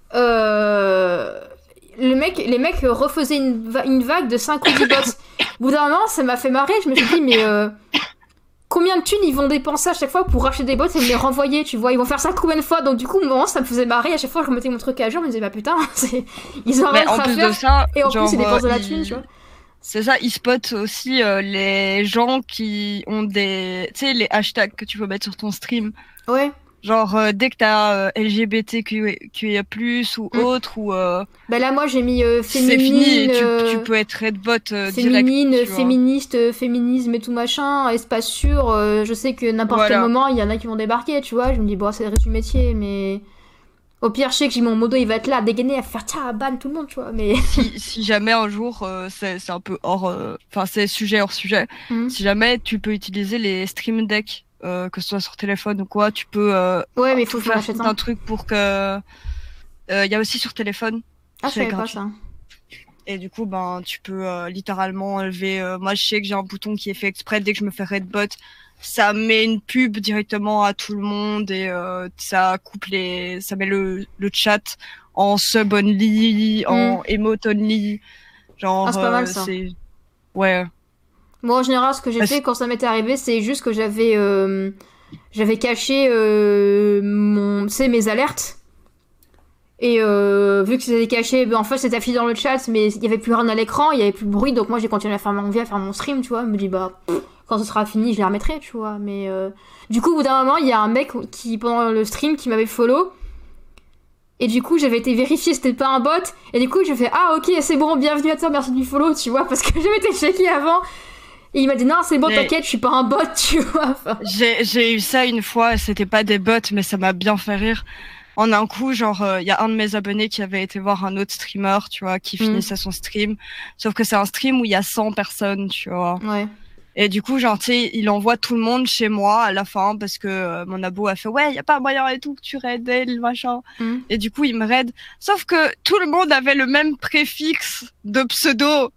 les mecs refaisaient une vague de 5 ou 10 bots. Au bout d'un moment, ça m'a fait marrer. Je me suis dit, mais combien de thunes ils vont dépenser à chaque fois pour racheter des bots et me les renvoyer, tu vois? Ils vont faire ça combien de fois? Donc du coup, au moment, ça me faisait marrer. À chaque fois, je remettais mon truc à jour. Je me disais, bah putain, ils ont rien à faire.
Ça,
et en plus, ils dépensent de la thune, tu vois.
C'est ça, ils spotent aussi les gens qui ont des... Tu sais, les hashtags que tu peux mettre sur ton stream.
Ouais.
Genre, dès que t'as LGBTQIA+, ou autre, ou...
Bah là, moi, j'ai mis
c'est fini,
féminine...
tu peux être redbot direct,
féminine,
tu vois.
féministe, féminisme et tout machin, espace sûr, je sais que n'importe quel
Voilà.
moment, il y en a qui vont débarquer, tu vois. Je me dis, bon, c'est le reste du métier, mais... Au pire, je sais que j'ai mon modo, il va être là, à dégainer, à faire tiens, ban tout le monde, tu vois, mais...
Si jamais un jour, c'est un peu hors... Enfin, c'est sujet hors sujet. Si jamais tu peux utiliser les Stream Deck, que ce soit sur téléphone ou quoi, tu peux
Ouais, mais il faut que j'en
faire
achète
tout
un.
un truc pour que... Il y a aussi sur téléphone.
Ah, je
c'est
savais pas
gratuit.
ça.
Et du coup, ben, tu peux littéralement enlever... moi, je sais que j'ai un bouton qui est fait exprès. Dès que je me fais redbot, ça met une pub directement à tout le monde et ça coupe les... Ça met le chat en sub only, en emote only. Genre,
Ah, c'est pas mal, ça.
c'est... Ouais.
Moi, en général, ce que j'ai fait quand ça m'était arrivé, c'est juste que j'avais caché tu sais, mes alertes. Et vu que c'était caché, ben, en fait, c'était affiché dans le chat, mais il y avait plus rien à l'écran, il y avait plus de bruit, donc moi j'ai continué à faire mon vie, à faire mon stream, tu vois. Je me dis, bah, quand ce sera fini, je les remettrai, tu vois. Mais du coup, au bout d'un moment, il y a un mec qui, pendant le stream, qui m'avait follow. Et du coup, j'avais été vérifié, c'était pas un bot. Et du coup, j'ai fait, ah ok, c'est bon, bienvenue à toi, merci du follow, tu vois, parce que j'avais été checké avant. Et il m'a dit, non, c'est bon, t'inquiète, je suis pas un bot, tu vois. Enfin...
J'ai eu ça une fois, c'était pas des bots, mais ça m'a bien fait rire. En un coup, genre, il y a un de mes abonnés qui avait été voir un autre streamer, tu vois, qui finissait son stream. Sauf que c'est un stream où il y a 100 personnes, tu vois.
Ouais.
Et du coup, genre, tu sais, il envoie tout le monde chez moi à la fin parce que mon abo a fait, ouais, y a pas moyen et tout que tu raides elle, machin. Et du coup, il me raid. Sauf que tout le monde avait le même préfixe de pseudo.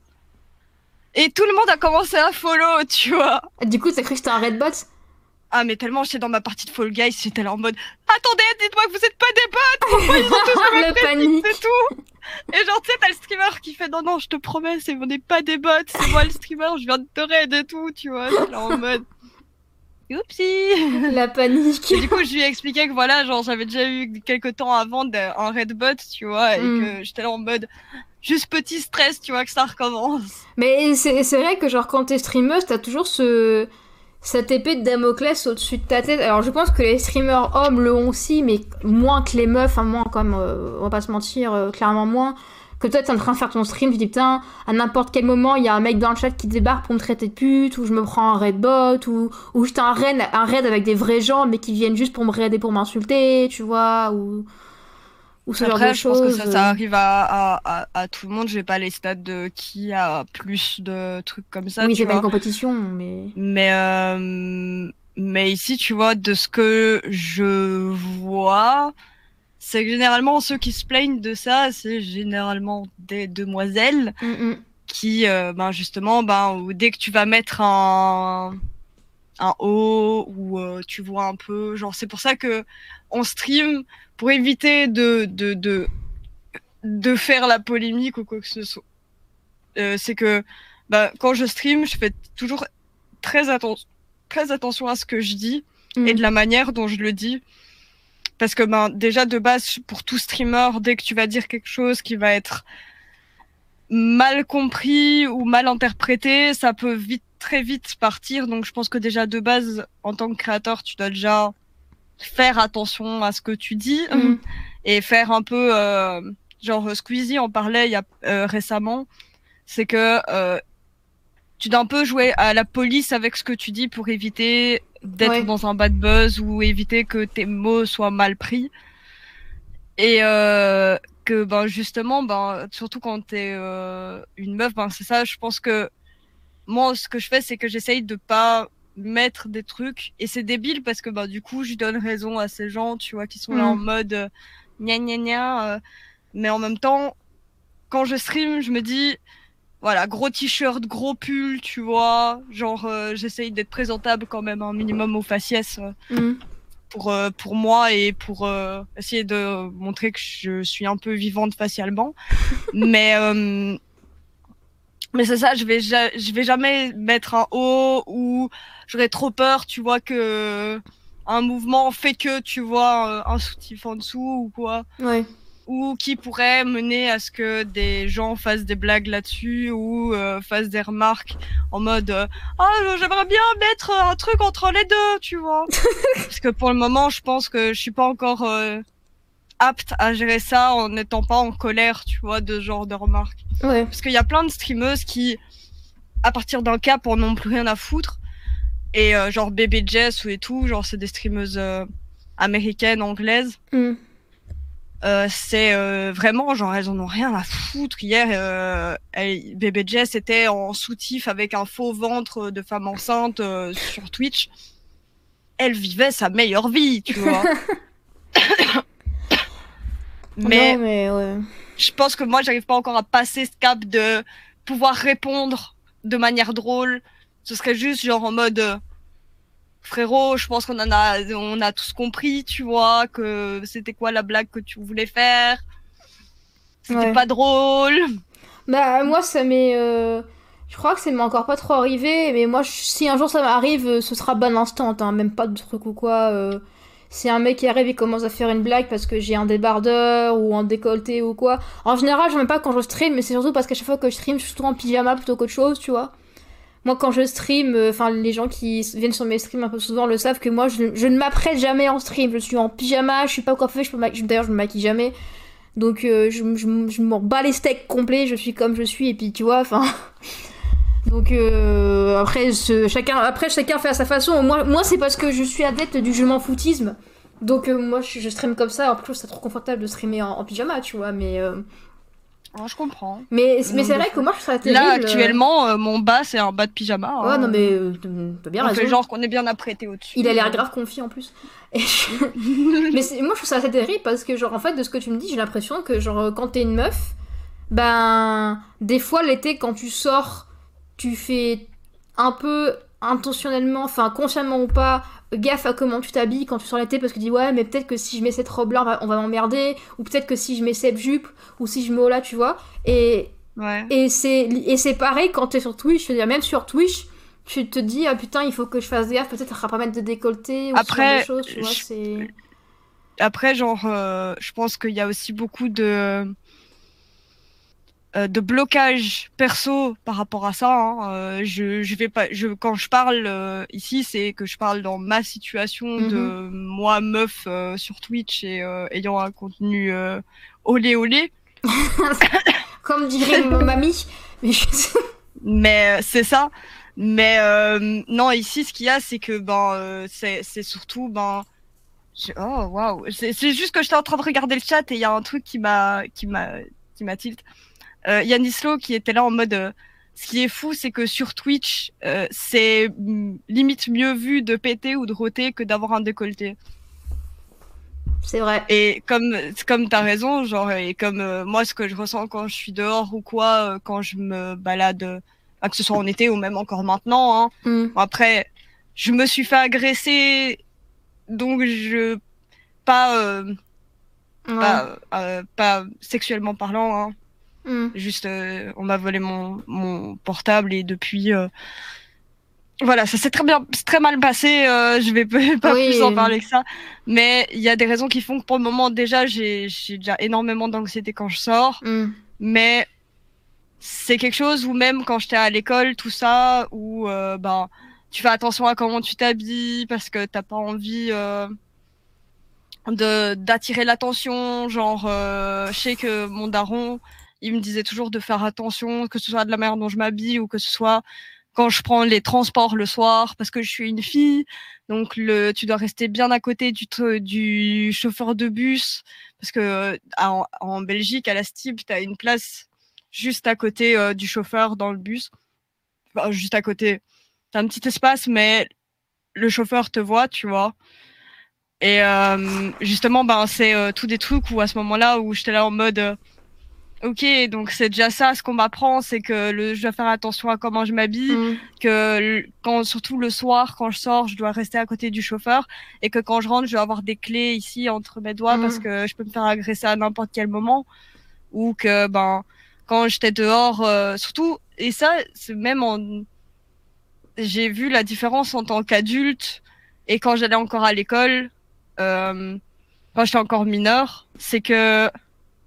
Et tout le monde a commencé à follow, tu vois.
Du coup, t'as cru que c'était un red bot?
Ah, mais tellement j'étais dans ma partie de Fall Guys, j'étais là en mode attendez, dites-moi que vous êtes pas des bots, pourquoi ils ont tous le même
panique
et tout. Et genre, tu sais, t'as le streamer qui fait non, non, je te promets, on n'est pas des bots, c'est moi le streamer, je viens de te raid et tout, tu vois. C'est là en mode oupsie.
La panique.
Et du coup, je lui ai expliqué que voilà, genre, j'avais déjà eu quelques temps avant un raid bot, tu vois, et que j'étais là en mode juste petit stress, tu vois, que ça recommence.
Mais c'est vrai que genre quand t'es streameuse, t'as toujours cette épée de Damoclès au-dessus de ta tête. Alors je pense que les streamers hommes le ont aussi, mais moins que les meufs, enfin moins comme, on va pas se mentir, clairement moins. Que toi t'es en train de faire ton stream, tu dis putain, à n'importe quel moment il y a un mec dans le chat qui débarque pour me traiter de pute, ou je me prends un raid bot, ou j'étais un raid avec des vrais gens mais qui viennent juste pour me raider pour m'insulter, tu vois, ou ce
Après,
genre de
je
choses.
pense que ça arrive à tout le monde. J'ai pas les stats de qui a plus de trucs comme ça.
Oui,
tu
c'est pas
vois.
une compétition, mais...
Mais ici, tu vois, de ce que je vois, c'est que généralement, ceux qui se plaignent de ça, c'est généralement des demoiselles qui, ben justement, ben, dès que tu vas mettre un haut ou tu vois un peu, genre, c'est pour ça que on stream pour éviter de faire la polémique ou quoi que ce soit. C'est que bah, quand je stream, je fais toujours très attention à ce que je dis et de la manière dont je le dis. Parce que ben, déjà de base, pour tout streamer, dès que tu vas dire quelque chose qui va être mal compris ou mal interprété, ça peut très vite partir. Donc je pense que déjà de base, en tant que créateur, tu dois déjà faire attention à ce que tu dis et faire un peu genre Squeezie en parlait récemment, c'est que tu dois un peu jouer à la police avec ce que tu dis pour éviter d'être dans un bad buzz ou éviter que tes mots soient mal pris et que ben justement ben surtout quand t'es une meuf, ben c'est ça, je pense que moi ce que je fais c'est que j'essaye de pas mettre des trucs et c'est débile parce que bah du coup je donne raison à ces gens, tu vois, qui sont là en mode gna gna gna mais en même temps quand je stream je me dis voilà, gros t-shirt, gros pull, tu vois, genre j'essaye d'être présentable quand même un minimum au faciès pour moi et pour essayer de montrer que je suis un peu vivante facialement mais c'est ça, je vais jamais mettre un haut ou j'aurais trop peur, tu vois, que un mouvement fait que tu vois un soutif en dessous ou quoi.
Ouais.
ou qui pourrait mener à ce que des gens fassent des blagues là-dessus ou fassent des remarques en mode j'aimerais bien mettre un truc entre les deux, tu vois. Parce que pour le moment, je pense que je suis pas encore apte à gérer ça en n'étant pas en colère, tu vois, de ce genre de remarques.
Ouais.
Parce qu'il y a plein de streameuses qui, à partir d'un cap, en ont plus rien à foutre. Et genre Bébé Jess et tout, genre c'est des streameuses américaines, anglaises. C'est vraiment genre elles en ont rien à foutre. Hier, Bébé Jess était en soutif avec un faux ventre de femme enceinte sur Twitch. Elle vivait sa meilleure vie, tu vois. mais
ouais.
Je pense que moi j'arrive pas encore à passer ce cap de pouvoir répondre de manière drôle. Ce serait juste genre en mode frérot, je pense on a tous compris, tu vois, que c'était quoi la blague que tu voulais faire. C'était pas drôle.
Bah moi ça m'est je crois que ça m'est encore pas trop arrivé, mais moi si un jour ça m'arrive, ce sera ban instant, hein, même pas de truc ou quoi. Si un mec qui arrive et commence à faire une blague parce que j'ai un débardeur ou un décolleté ou quoi. En général, j'aime pas quand je stream, mais c'est surtout parce qu'à chaque fois que je stream, je suis toujours en pyjama plutôt qu'autre chose, tu vois. Moi, quand je stream, enfin, les gens qui viennent sur mes streams un peu souvent le savent que moi, je ne m'apprête jamais en stream. Je suis en pyjama, je suis pas coiffée, d'ailleurs, je me maquille jamais. Donc, je m'en bats les steaks complets, je suis comme je suis, et puis tu vois, enfin. Donc, après, chacun fait à sa façon. Moi c'est parce que je suis adepte du je m'en foutisme. Donc, moi, je stream comme ça. En plus, c'est trop confortable de streamer en pyjama, tu vois, mais.
Je comprends.
Mais c'est vrai que moi je serais terrible.
Là actuellement mon bas c'est un bas de pyjama.
Ouais non mais t'as bien raison.
On fait genre qu'on est bien apprêté au-dessus.
Il a l'air grave confiant en plus. Mais moi je trouve ça assez terrible parce que genre en fait de ce que tu me dis j'ai l'impression que genre quand t'es une meuf, ben des fois l'été quand tu sors tu fais un peu intentionnellement, enfin consciemment ou pas, gaffe à comment tu t'habilles quand tu sors l'été parce que tu dis ouais mais peut-être que si je mets cette robe là on va m'emmerder, ou peut-être que si je mets cette jupe ou si je mets là tu vois, et c'est pareil quand t'es sur Twitch, je veux dire même sur Twitch tu te dis ah putain il faut que je fasse gaffe, peut-être à pas mettre de décolleté ou
après,
ce genre de choses, tu vois, c'est...
Après genre je pense qu'il y a aussi beaucoup de blocage perso par rapport à ça. Hein. Je vais pas, quand je parle ici, c'est que je parle dans ma situation de moi meuf sur Twitch et ayant un contenu olé olé.
Comme dirait ma mamie.
Mais c'est ça. Mais non, ici, ce qu'il y a, c'est que c'est surtout oh waouh, c'est juste que j'étais en train de regarder le chat et il y a un truc qui m'a tilt. Yannislo qui était là en mode ce qui est fou c'est que sur Twitch c'est limite mieux vu de péter ou de roter que d'avoir un décolleté.
C'est vrai.
Et comme t'as raison, genre, et comme moi ce que je ressens quand je suis dehors ou quoi, quand je me balade, que ce soit en été ou même encore maintenant, hein. Bon, après je me suis fait agresser donc pas sexuellement parlant, hein. Juste on m'a volé mon portable et depuis voilà, ça s'est très mal passé, je vais pas plus en parler que ça, mais il y a des raisons qui font que pour le moment déjà j'ai déjà énormément d'anxiété quand je sors, mais c'est quelque chose où même quand j'étais à l'école tout ça où tu fais attention à comment tu t'habilles parce que t'as pas envie d'attirer l'attention, genre je sais que mon daron il me disait toujours de faire attention, que ce soit de la manière dont je m'habille ou que ce soit quand je prends les transports le soir, parce que je suis une fille, donc tu dois rester bien à côté du chauffeur de bus, parce que en Belgique, à la Stib, t'as une place juste à côté du chauffeur dans le bus. Enfin, juste à côté. T'as un petit espace, mais le chauffeur te voit, tu vois. Et justement, c'est tous des trucs où à ce moment-là, où j'étais là en mode... Ok, donc c'est déjà ça, ce qu'on m'apprend, c'est que je dois faire attention à comment je m'habille, que surtout le soir, quand je sors, je dois rester à côté du chauffeur, et que quand je rentre, je dois avoir des clés ici entre mes doigts parce que je peux me faire agresser à n'importe quel moment, ou que quand j'étais dehors, surtout, et ça, c'est même j'ai vu la différence en tant qu'adulte et quand j'allais encore à l'école, quand j'étais encore mineure, c'est que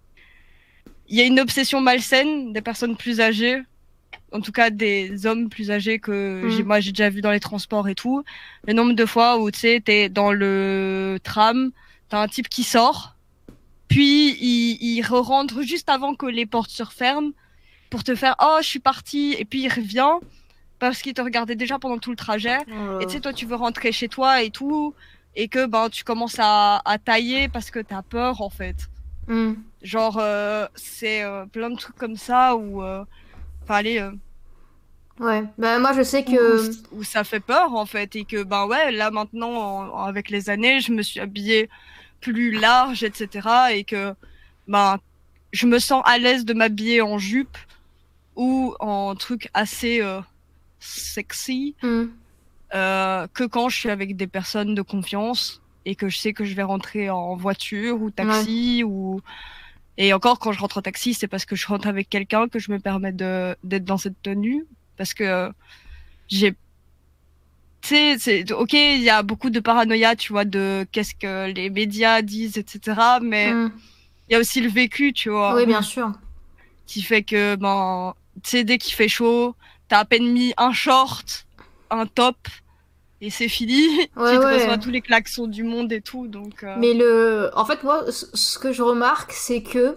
il y a une obsession malsaine des personnes plus âgées, en tout cas des hommes plus âgés que moi j'ai déjà vu dans les transports et tout. Le nombre de fois où tu sais, t'es dans le tram, t'as un type qui sort, puis il re-rentre juste avant que les portes se referment pour te faire oh je suis parti, et puis il revient parce qu'il te regardait déjà pendant tout le trajet. Et tu sais, toi tu veux rentrer chez toi et tout, et que tu commences à tailler parce que t'as peur en fait. Genre c'est plein de trucs comme ça où allez
ouais, bah moi je sais que
où ça fait peur en fait, et que ouais, là maintenant avec les années je me suis habillée plus large, etc., et que je me sens à l'aise de m'habiller en jupe ou en truc assez sexy que quand je suis avec des personnes de confiance et que je sais que je vais rentrer en voiture ou taxi et encore quand je rentre en taxi c'est parce que je rentre avec quelqu'un que je me permets d'être dans cette tenue, parce que j'ai, tu sais, c'est ok, il y a beaucoup de paranoïa, tu vois, de qu'est-ce que les médias disent, etc., mais il y a aussi le vécu, tu vois.
Oui, bien sûr.
Qui fait que tu sais, dès qu'il fait chaud, t'as à peine mis un short, un top, et c'est fini. Tu te reçois tous les klaxons du monde et tout, donc.
Mais en fait, moi, ce que je remarque, c'est que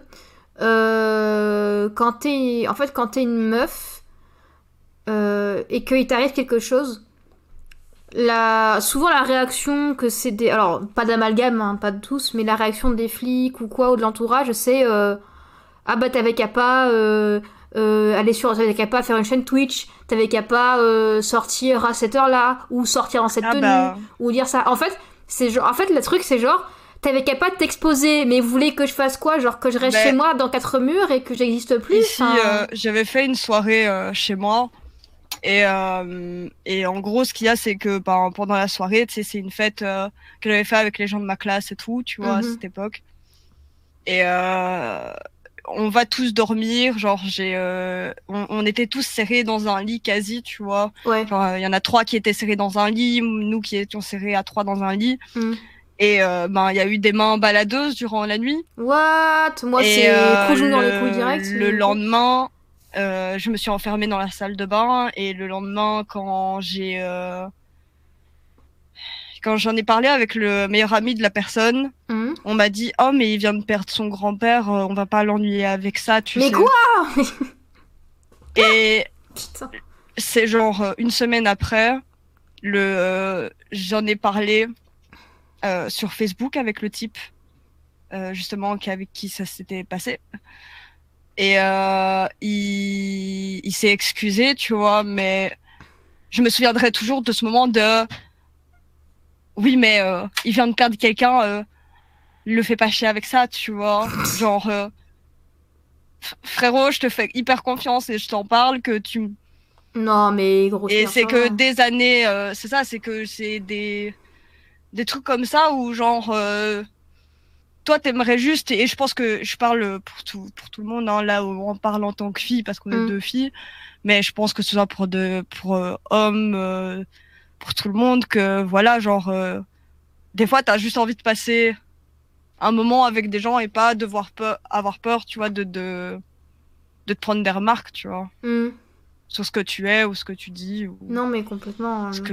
quand t'es une meuf et qu'il t'arrive quelque chose, souvent la réaction que c'est des, alors pas d'amalgame, hein, pas de tous, mais la réaction des flics ou quoi ou de l'entourage, c'est ah bah t'avais qu'à pas t'avais qu'à pas faire une chaîne Twitch, t'avais qu'à pas sortir à cette heure-là, ou sortir en cette tenue, ou dire ça. En fait, le truc c'est genre, t'avais qu'à pas t'exposer, mais vous voulez que je fasse quoi? Genre que je reste chez moi dans 4 murs et que j'existe plus?
Ici, j'avais fait une soirée chez moi, et en gros, ce qu'il y a, c'est que pendant la soirée, tu sais, c'est une fête que j'avais fait avec les gens de ma classe et tout, tu vois, à cette époque. Et on va tous dormir, genre on était tous serrés dans un lit quasi, tu vois.
Ouais.
Genre il y en a 3 qui étaient serrés dans un lit, nous qui étions serrés à 3 dans un lit. Et il y a eu des mains baladeuses durant la nuit.
What? Moi c'est coup dans les couilles direct.
Le lendemain, je me suis enfermée dans la salle de bain, et le lendemain quand j'en ai parlé avec le meilleur ami de la personne, on m'a dit oh mais il vient de perdre son grand-père, on va pas l'ennuyer avec ça, tu sais.
Mais quoi?
Et
putain.
C'est genre une semaine après, j'en ai parlé sur Facebook avec le type justement avec qui ça s'était passé, et il s'est excusé, tu vois, mais je me souviendrai toujours de ce moment de oui, mais il vient de perdre quelqu'un, le fais pas chier avec ça, tu vois. Genre, frérot, je te fais hyper confiance et je t'en parle que tu.
Non, mais gros.
Et c'est que des années, c'est ça, c'est que c'est des trucs comme ça où genre, toi t'aimerais juste, et je pense que je parle pour tout le monde, hein, là où on parle en tant que fille parce qu'on est 2 filles, mais je pense que ce soit pour hommes. Pour tout le monde, que voilà, genre des fois t'as juste envie de passer un moment avec des gens et pas avoir peur, tu vois, de te prendre des remarques, tu vois, sur ce que tu es ou ce que tu dis, ou
non mais complètement
ce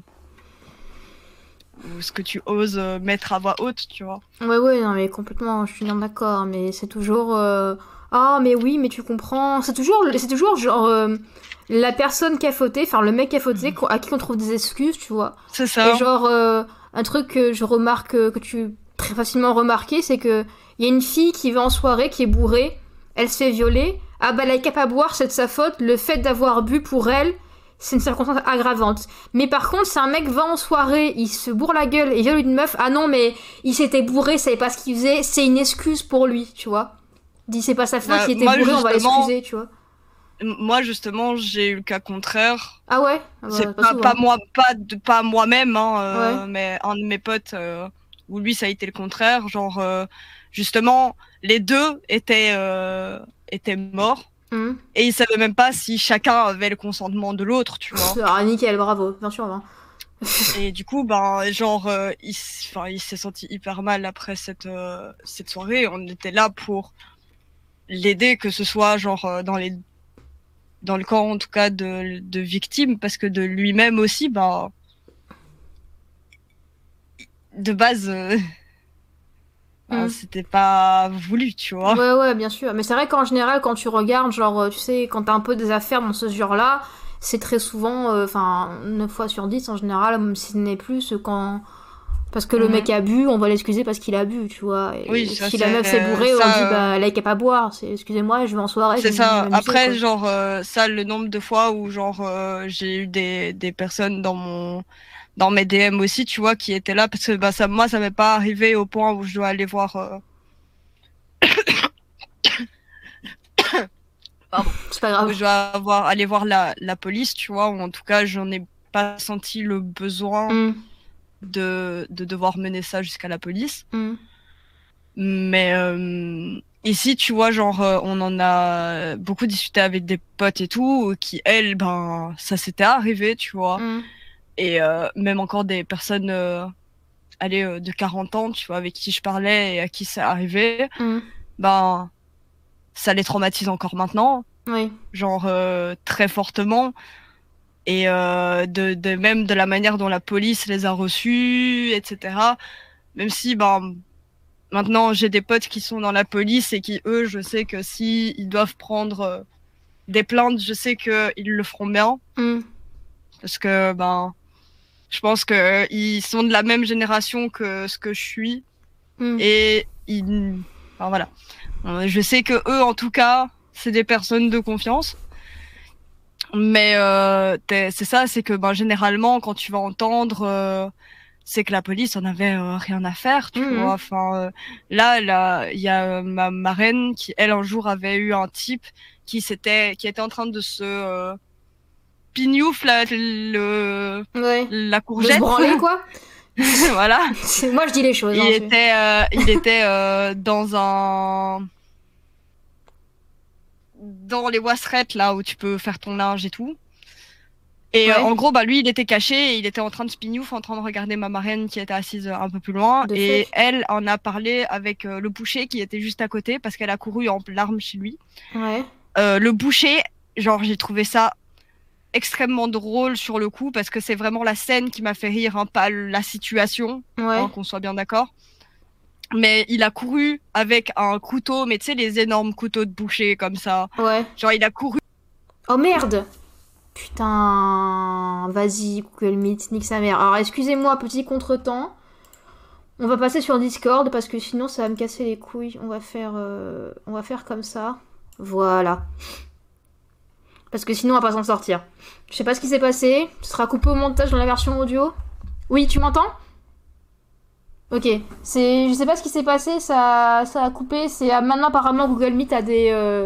que tu oses mettre à voix haute, tu vois.
Ouais, non mais complètement, je suis bien d'accord, mais c'est toujours ah mais oui, mais tu comprends, c'est toujours genre la personne qui a fauté, enfin le mec qui a fauté, à qui on trouve des excuses, tu vois.
C'est ça.
Et genre un truc que je remarque, que tu très facilement remarquer, c'est que il y a une fille qui va en soirée, qui est bourrée, elle se fait violer, ah bah elle est capable de boire, c'est de sa faute, le fait d'avoir bu pour elle, c'est une circonstance aggravante. Mais par contre, si un mec va en soirée, il se bourre la gueule et viole une meuf, ah non mais il s'était bourré, il savait pas ce qu'il faisait, c'est une excuse pour lui, tu vois. Dit c'est pas sa faute, il était bourré, on va l'excuser, tu vois.
Moi justement, j'ai eu le cas contraire.
Ah ouais,
c'est pas moi-même, hein, mais un de mes potes où lui ça a été le contraire, genre justement les deux étaient morts. Et ils savaient même pas si chacun avait le consentement de l'autre, tu vois.
Ah nickel, bravo, bien sûr. Hein.
Et du coup, genre, il s'est senti hyper mal après cette soirée. On était là pour l'aider, que ce soit genre dans le camp en tout cas de victimes, parce que de lui-même aussi, bah de base c'était pas voulu, tu vois.
Ouais, bien sûr. Mais c'est vrai qu'en général, quand tu regardes, genre, tu sais, quand t'as un peu des affaires dans ce genre-là, c'est très souvent, 9 fois sur 10 en général, même si ce n'est plus quand. Parce que le mec a bu, on va l'excuser parce qu'il a bu, tu vois. Et
oui, ça,
si la meuf s'est bourrée, on dit, bah, elle a qu'à pas boire. Excusez-moi, je vais en soirée.
C'est ça. Après,
quoi.
genre, ça, le nombre de fois où, genre, j'ai eu des personnes dans mes DM aussi, tu vois, qui étaient là, parce que, bah, moi, ça m'est pas arrivé au point où je dois aller voir,
pardon, c'est pas grave.
Où je dois aller voir la police, tu vois, ou en tout cas, j'en ai pas senti le besoin de devoir mener ça jusqu'à la police. Mais ici, tu vois, genre, on en a beaucoup discuté avec des potes et tout, qui, elles, ben, ça s'était arrivé, tu vois. Et même encore des personnes de 40 ans, tu vois, avec qui je parlais et à qui c'est arrivé, ben, ça les traumatise encore maintenant.
Oui.
Genre, très fortement. Et même de la manière dont la police les a reçus, etc. Même si, ben, maintenant, j'ai des potes qui sont dans la police et qui, eux, je sais que si ils doivent prendre des plaintes, je sais qu'ils le feront bien. Parce que, ben, je pense qu'ils sont de la même génération que ce que je suis. Et enfin, voilà. Je sais que eux, en tout cas, c'est des personnes de confiance. Mais c'est ça, c'est que ben, généralement, quand tu vas entendre... c'est que la police en avait rien à faire, tu vois. Enfin, là, il y a ma marraine qui, elle, un jour avait eu un type qui était en train de se pignouf la courgette.
De se branler, quoi.
Voilà.
Moi, je dis les choses.
Il était dans les wasserettes, là, où tu peux faire ton linge et tout. Et en gros, bah lui, il était caché et il était en train de spignouf, en train de regarder ma marraine qui était assise un peu plus loin. Et elle en a parlé avec le boucher qui était juste à côté parce qu'elle a couru en larmes chez lui. Le boucher, genre, j'ai trouvé ça extrêmement drôle sur le coup parce que c'est vraiment la scène qui m'a fait rire, hein, pas la situation, hein, qu'on soit bien d'accord. Mais il a couru avec un couteau, mais tu sais, les énormes couteaux de boucher comme ça. Genre, il a couru.
Oh merde! Putain, vas-y, Google Meet, nique sa mère. Alors, excusez-moi, petit contretemps. On va passer sur Discord parce que sinon ça va me casser les couilles. On va faire comme ça. Voilà. Parce que sinon on va pas s'en sortir. Je sais pas ce qui s'est passé. Ce sera coupé au montage dans la version audio. Oui, tu m'entends? Ok. Je sais pas ce qui s'est passé. Ça a coupé. Maintenant apparemment Google Meet a des...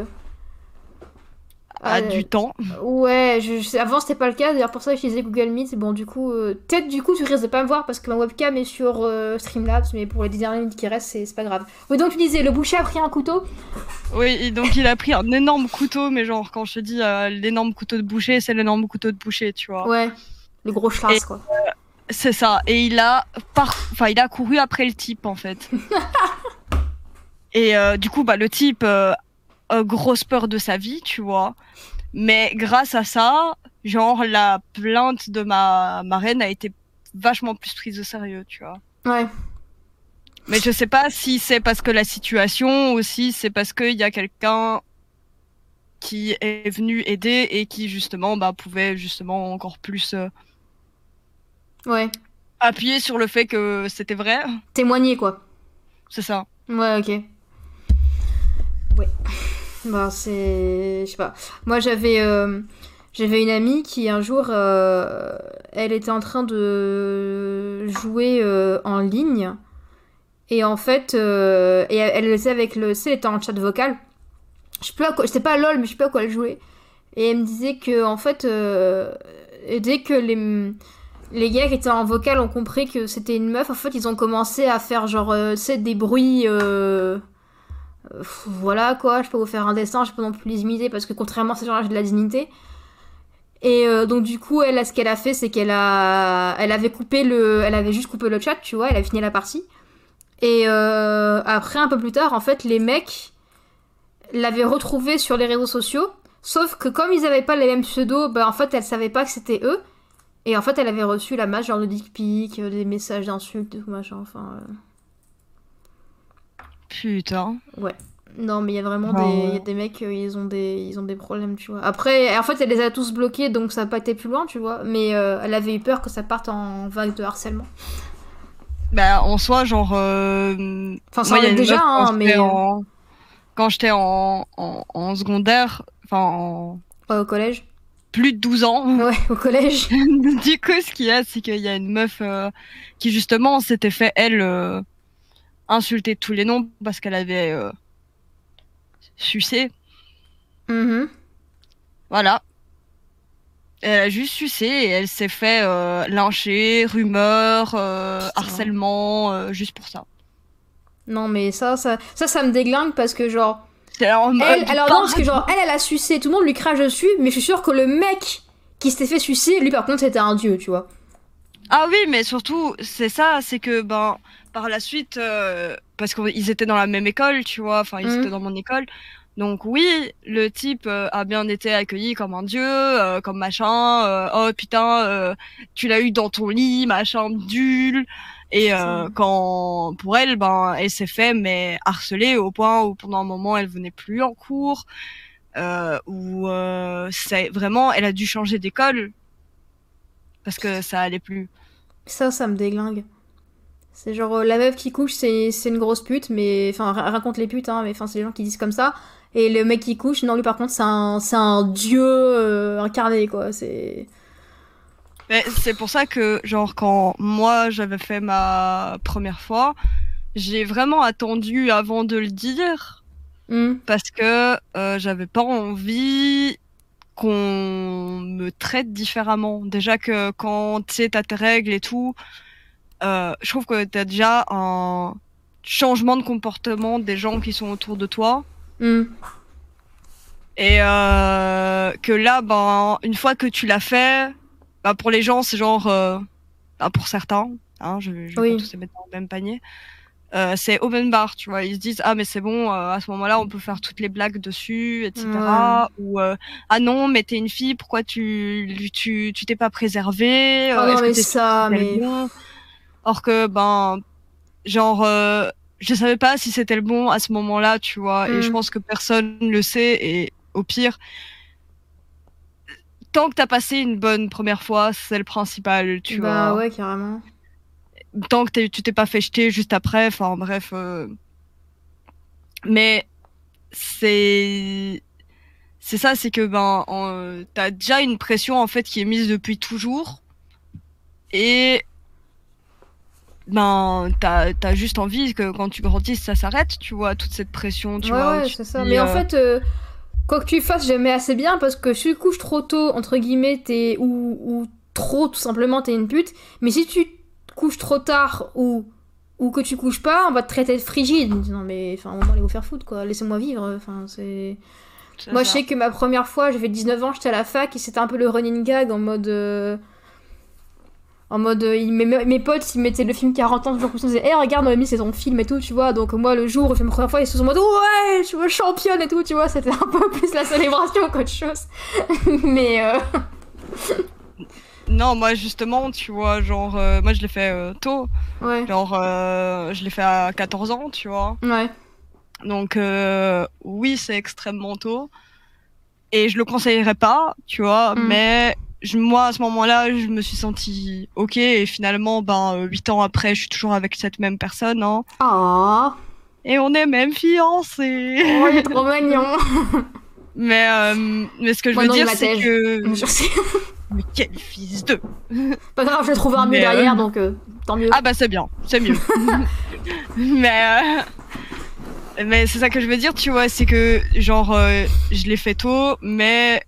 du temps.
Ouais, avant c'était pas le cas, d'ailleurs pour ça j'utilisais Google Meet. Bon, du coup, peut-être du coup tu risques de pas me voir parce que ma webcam est sur Streamlabs, mais pour les 10 dernières minutes qui restent, c'est pas grave. Oui, donc tu disais, le boucher a pris un couteau.
Oui, et donc il a pris un énorme couteau, mais genre quand je te dis l'énorme couteau de boucher, c'est l'énorme couteau de boucher, tu vois.
Ouais, le gros schlass, quoi.
C'est ça, et il a couru après le type en fait. Et du coup, bah le type. Grosse peur de sa vie, tu vois. Mais grâce à ça, genre, la plainte de ma marraine a été vachement plus prise au sérieux, tu vois.
Ouais.
Mais je sais pas si c'est parce que la situation ou si c'est parce qu'il y a quelqu'un qui est venu aider et qui, justement, bah, pouvait justement encore plus appuyer sur le fait que c'était vrai.
Témoigner, quoi.
C'est ça.
Ouais, ok. Ouais. Bah, je sais pas. Moi, j'avais une amie qui, un jour, elle était en train de jouer en ligne. Et en fait, elle était avec le... Tu sais, elle était en chat vocal. Je sais plus à quoi... C'était pas LOL, mais je sais pas à quoi elle jouait. Et elle me disait que, en fait, dès que les gars qui étaient en vocal ont compris que c'était une meuf, en fait, ils ont commencé à faire, genre, tu sais, des bruits... voilà quoi, je peux vous faire un dessin, je peux non plus les imiter parce que contrairement à ces gens-là, j'ai de la dignité. Et donc du coup, elle, ce qu'elle a fait, c'est elle avait juste coupé le chat, tu vois, elle a fini la partie. Et après, un peu plus tard, en fait, les mecs, l'avait retrouvé sur les réseaux sociaux. Sauf que comme ils avaient pas les mêmes pseudos, bah en fait elle savait pas que c'était eux. Et en fait elle avait reçu la masse genre de dick pic, des messages d'insultes, tout machin, enfin...
Putain.
Ouais. Non mais il y a vraiment
Oh.
il y a des mecs, ils ont des problèmes, tu vois. Après, en fait elle les a tous bloqués, donc ça a pas été plus loin, tu vois. Mais elle avait eu peur que ça parte en vague de harcèlement.
Bah, en soi, genre.
Enfin ça
Moi,
en
il y a
est
une
déjà,
meuf
hein, mais...
quand j'étais en secondaire, enfin,
Ouais, au collège.
plus de 12 ans.
Ouais, au collège.
Du coup, ce qu'il y a, c'est qu'il y a une meuf qui, justement, s'était fait, elle, insulter de tous les noms parce qu'elle avait sucé.
Mhm.
Voilà. Elle a juste sucé et elle s'est fait lyncher, rumeur, harcèlement, juste pour ça.
Non mais ça me déglingue parce que genre...
C'est en mode.
Alors non, parce que genre, elle a sucé, tout le monde lui crache dessus, mais je suis sûre que le mec qui s'était fait sucer, lui par contre c'était un dieu, tu vois.
Ah oui, mais surtout, c'est ça, c'est que, ben, par la suite, parce qu'ils étaient dans la même école, tu vois, enfin, ils étaient dans mon école. Donc oui, le type a bien été accueilli comme un dieu, comme machin, oh putain, tu l'as eu dans ton lit, machin, bidule. Et quand, pour elle, ben, elle s'est fait, mais harceler au point où pendant un moment, elle venait plus en cours, où c'est vraiment, elle a dû changer d'école parce que ça allait plus.
Ça me déglingue. C'est genre, la meuf qui couche, c'est une grosse pute, mais... Enfin, raconte les putes, hein, mais enfin, c'est les gens qui disent comme ça. Et le mec qui couche, non, lui par contre, c'est un dieu incarné, quoi, c'est...
Mais c'est pour ça que, genre, quand moi j'avais fait ma première fois, j'ai vraiment attendu avant de le dire parce que j'avais pas envie qu'on me traite différemment. Déjà que quand tu sais, t'as tes règles et tout, je trouve que t'as déjà un changement de comportement des gens qui sont autour de toi. Et que là, ben, une fois que tu l'as fait, bah, pour les gens, c'est genre, bah, pour certains, hein, je vais pas tous les mettre dans le même panier, c'est open bar, tu vois. Ils se disent, ah, mais c'est bon, à ce moment-là, on peut faire toutes les blagues dessus, etc.
Ouais.
Ou, ah non, mais t'es une fille, pourquoi tu t'es pas préservée?
Oh non,
Est-ce que
mais
t'es
ça, mais...
bon? Or que, ben, genre, je savais pas si c'était le bon à ce moment-là, tu vois. Et je pense que personne le sait. Et au pire, tant que t'as passé une bonne première fois, c'est le principal, tu vois.
Bah ouais, carrément.
Tant que tu t'es pas fait jeter juste après, enfin bref. Mais c'est ça, c'est que ben t'as déjà une pression en fait qui est mise depuis toujours. Et ben t'as juste envie que quand tu grandisses ça s'arrête, tu vois, toute cette pression, tu vois.
Ouais, c'est ça. Mais en fait, quoi que tu fasses, j'aimais assez bien parce que si tu couches trop tôt, entre guillemets, ou trop, tout simplement, t'es une pute. Mais si tu couches trop tard ou que tu couches pas, on va te traiter de frigide. Non, mais enfin, à un moment, allez vous faire foutre, quoi. Laissez-moi vivre. Enfin, c'est. Moi, je sais que ma première fois, j'avais 19 ans, j'étais à la fac et c'était un peu le running gag en mode. Mes potes, ils mettaient le film 40 ans, toujours comme ça, ils disaient, hey, regarde, Noémie, c'est ton film et tout, tu vois. Donc, moi, le jour où je fais ma première fois, ils se sont en mode, ouais, je me championne et tout, tu vois. C'était un peu plus la célébration qu'autre chose. Mais,
Non, moi, justement, tu vois, genre, moi, je l'ai fait tôt.
Ouais.
Genre, je l'ai fait à 14 ans, tu vois.
Ouais.
Donc, oui, c'est extrêmement tôt. Et je le conseillerais pas, tu vois, mais moi, à ce moment-là, je me suis sentie ok, et finalement, 8 ans après, je suis toujours avec cette même personne, hein.
Oh.
Et on est même fiancés.
Oh, il est trop mignon.
Mais ce que je veux dire, c'est que... Mais quel fils de...
Pas grave, je vais trouver un mieux derrière, donc tant mieux.
Ah bah c'est bien, c'est mieux. Mais c'est ça que je veux dire, tu vois, c'est que genre je l'ai fait tôt, mais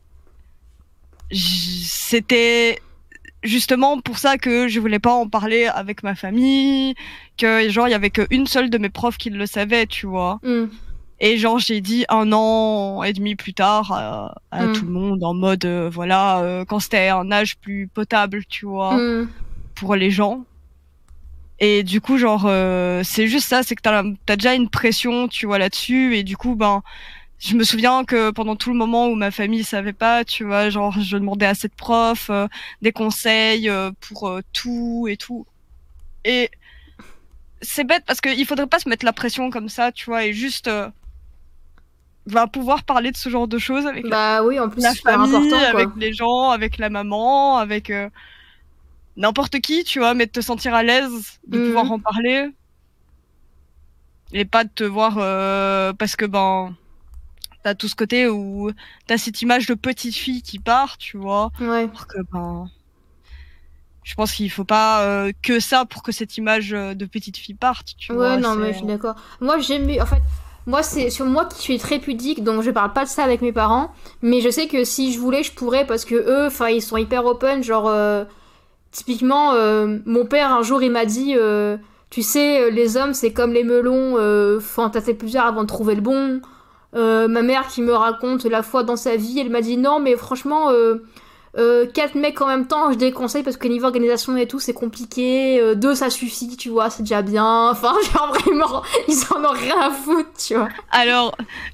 c'était justement pour ça que je voulais pas en parler avec ma famille, que genre il y avait qu'une seule de mes profs qui le savait, tu vois. Et genre j'ai dit 1 an et demi plus tard à tout le monde en mode voilà, quand c'était un âge plus potable, tu vois, pour les gens. Et du coup, genre, c'est juste ça, c'est que t'as déjà une pression, tu vois, là-dessus, et du coup, je me souviens que pendant tout le moment où ma famille savait pas, tu vois, genre je demandais à cette prof des conseils pour tout et tout. Et c'est bête parce qu'il faudrait pas se mettre la pression comme ça, tu vois, et juste va pouvoir parler de ce genre de choses avec
Bah oui, en plus
la
c'est super
famille,
important quoi.
avec les gens, avec la maman, avec n'importe qui, tu vois, mais de te sentir à l'aise, de pouvoir en parler. Et pas de te voir parce que ben t'as tout ce côté où t'as cette image de petite fille qui part, tu vois.
Ouais.
Alors que ben je pense qu'il faut pas que ça pour que cette image de petite fille parte, tu
Ouais,
vois.
non, mais je suis d'accord. Moi, j'aime mieux. En fait, moi, c'est sur moi qui suis très pudique, donc je parle pas de ça avec mes parents. Mais je sais que si je voulais, je pourrais parce que eux, enfin, ils sont hyper open. Genre, typiquement, mon père, un jour, il m'a dit tu sais, les hommes, c'est comme les melons, faut en tâter plusieurs avant de trouver le bon. Ma mère qui me raconte la fois dans sa vie, elle m'a dit non, mais franchement. 4 mecs en même temps, je déconseille parce que niveau organisation et tout, c'est compliqué. 2, ça suffit, tu vois, c'est déjà bien. Enfin, genre vraiment, ils en ont rien à foutre, tu vois.
Alors,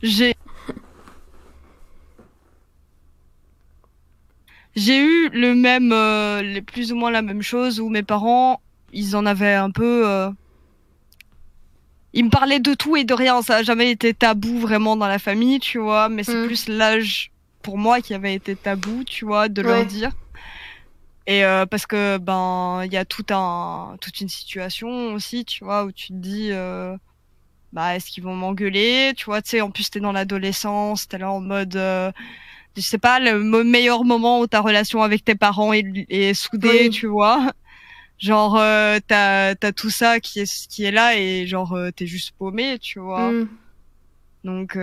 j'ai eu le même, plus ou moins la même chose où mes parents, ils en avaient un peu. Ils me parlaient de tout et de rien. Ça a jamais été tabou vraiment dans la famille, tu vois. Mais c'est plus l'âge pour moi qui avait été tabou, tu vois, de leur dire. Et parce que ben il y a toute une situation aussi, tu vois, où tu te dis bah est-ce qu'ils vont m'engueuler, tu vois, tu sais, en plus t'es dans l'adolescence, t'es là en mode je sais pas, le meilleur moment où ta relation avec tes parents est soudée, tu vois. Genre t'as tout ça qui est là et genre t'es juste paumé, tu vois. Donc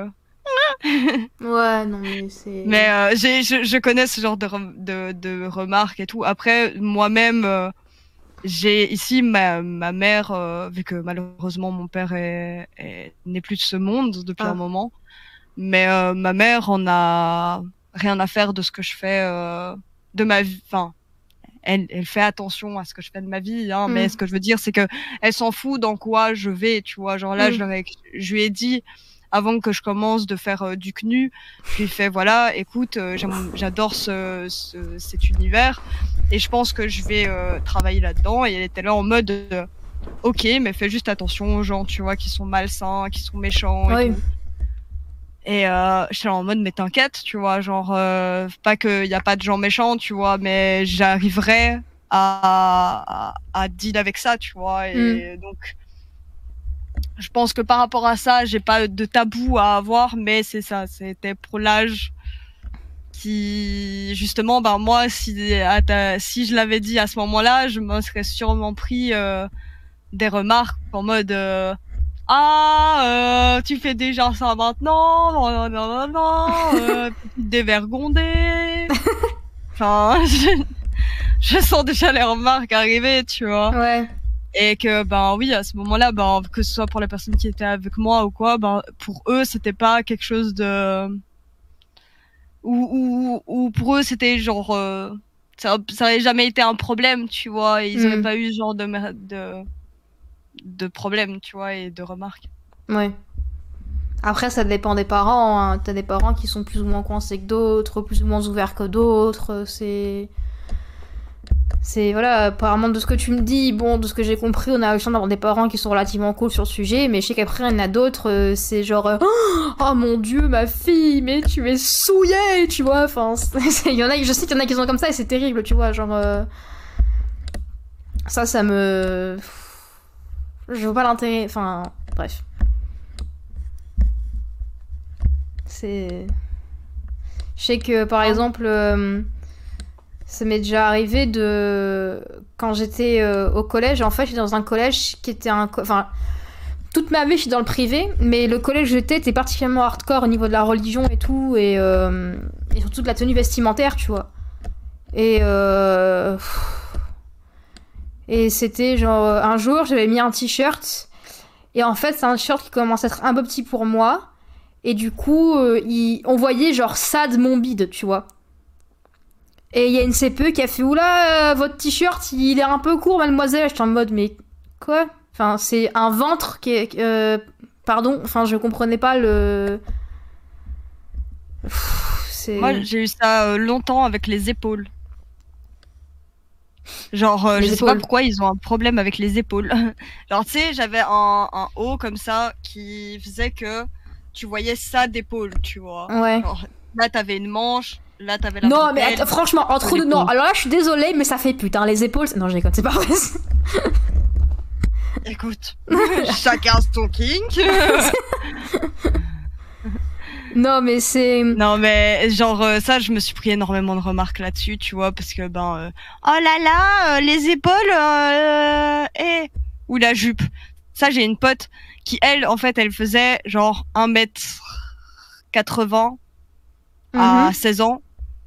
ouais, non mais c'est.
Mais je connais ce genre de remarques et tout. Après moi-même j'ai ici ma mère vu que malheureusement mon père n'est plus de ce monde depuis un moment. Mais ma mère en a rien à faire de ce que je fais de ma vie. Enfin, elle fait attention à ce que je fais de ma vie, hein, mais ce que je veux dire, c'est que elle s'en fout dans quoi je vais, tu vois. Genre là, je lui ai dit, avant que je commence de faire du CNU, je lui ai fait, voilà, écoute, j'adore cet univers, et je pense que je vais travailler là-dedans. Et elle était là en mode, ok, mais fais juste attention aux gens, tu vois, qui sont malsains, qui sont méchants et tout. Et j'étais en mode mais t'inquiète, tu vois, genre pas qu'il y a pas de gens méchants, tu vois, mais j'arriverai à deal avec ça, tu vois. Et donc je pense que par rapport à ça, j'ai pas de tabou à avoir, mais c'est ça, c'était pour l'âge qui justement, ben moi si je l'avais dit à ce moment-là, je me serais sûrement pris des remarques en mode tu fais déjà ça maintenant, non, petite dévergondée. Enfin, je sens déjà les remarques arriver, tu vois.
Ouais.
Et que, ben oui, à ce moment-là, ben, que ce soit pour les personnes qui étaient avec moi ou quoi, ben, pour eux, c'était pas quelque chose de... Ou pour eux, c'était genre... ça avait jamais été un problème, tu vois, et ils avaient pas eu ce genre de problèmes, tu vois, et de remarques.
Ouais. Après, ça dépend des parents. Hein. T'as des parents qui sont plus ou moins coincés que d'autres, plus ou moins ouverts que d'autres. C'est voilà, apparemment de ce que tu me dis, bon, de ce que j'ai compris, on a eu le chance d'avoir des parents qui sont relativement cool sur le sujet, mais je sais qu'après, il y en a d'autres, c'est genre, oh mon dieu, ma fille, mais tu es souillée, tu vois, enfin, il y en a, je sais qu'il y en a qui sont comme ça et c'est terrible, tu vois, genre, ça me... Je vois pas l'intérêt, enfin, bref. C'est... Je sais que, par exemple... ça m'est déjà arrivé de... Quand j'étais au collège, en fait, j'étais dans un collège qui était un... Enfin, toute ma vie, je suis dans le privé, mais le collège où j'étais était particulièrement hardcore au niveau de la religion et tout, et surtout de la tenue vestimentaire, tu vois. Et c'était genre... Un jour, j'avais mis un t-shirt, et en fait, c'est un t-shirt qui commence à être un peu petit pour moi, et du coup, on voyait genre ça de mon bide, tu vois. Et il y a une CPE qui a fait oula, votre t-shirt il est un peu court, mademoiselle. J'étais en mode mais quoi? Enfin, c'est un ventre qui est. Pardon, enfin, je comprenais pas le.
Moi, j'ai eu ça longtemps avec les épaules. Genre, je sais pas pourquoi ils ont un problème avec les épaules. Genre, tu sais, j'avais un haut comme ça qui faisait que tu voyais ça d'épaule, tu vois.
Ouais.
Genre, là, t'avais une manche, là, t'avais la
Non, mais franchement, entre nous, non. Alors là, je suis désolée, mais ça fait putain, les épaules. Non, je déconne, c'est pas vrai.
Écoute, chacun son kink.
Non, mais c'est...
Non, mais genre, ça, je me suis pris énormément de remarques là-dessus, tu vois, parce que, oh là là, les épaules, ou la jupe. Ça, j'ai une pote qui, elle, en fait, elle faisait genre 1m80 à 16 ans.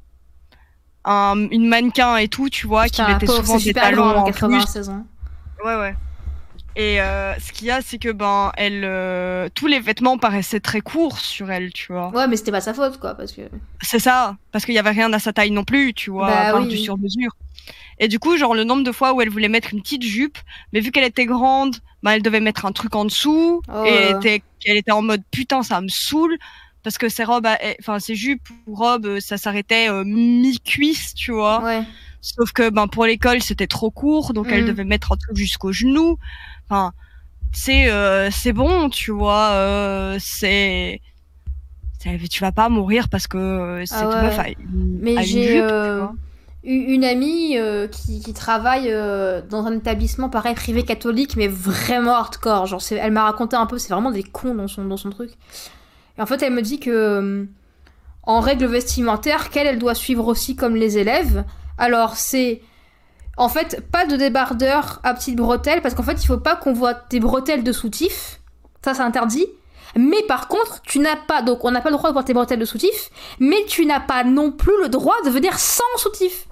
Une mannequin et tout, tu vois,
putain,
qui mettait souvent des talons en
80
plus.
à 16 ans.
Ouais. Et ce qu'il y a, c'est que elle, tous les vêtements paraissaient très courts sur elle, tu vois.
Ouais, mais c'était pas sa faute, quoi, parce que...
C'est ça, parce qu'il y avait rien à sa taille non plus, tu vois, à part du sur-mesure. Et du coup, genre le nombre de fois où elle voulait mettre une petite jupe, mais vu qu'elle était grande, elle devait mettre un truc en dessous, et elle était en mode putain, ça me saoule, parce que ses robes, enfin ses jupes ou robes, ça s'arrêtait mi-cuisse, tu vois.
Ouais.
Sauf que pour l'école, c'était trop court, donc elle devait mettre un truc jusqu'au genou. Enfin, c'est bon, tu vois, tu vas pas mourir parce que cette meuf a
mais j'ai
une jupe, tu vois.
Une amie qui travaille dans un établissement pareil privé catholique, mais vraiment hardcore. Genre, elle m'a raconté un peu, c'est vraiment des cons dans son truc. Et en fait, elle me dit que en règle vestimentaire, elle doit suivre aussi comme les élèves. Alors, c'est en fait pas de débardeur à petites bretelles, parce qu'en fait, il faut pas qu'on voit tes bretelles de soutif. Ça, c'est interdit. Mais par contre, on n'a pas le droit de voir tes bretelles de soutif, mais tu n'as pas non plus le droit de venir sans soutif.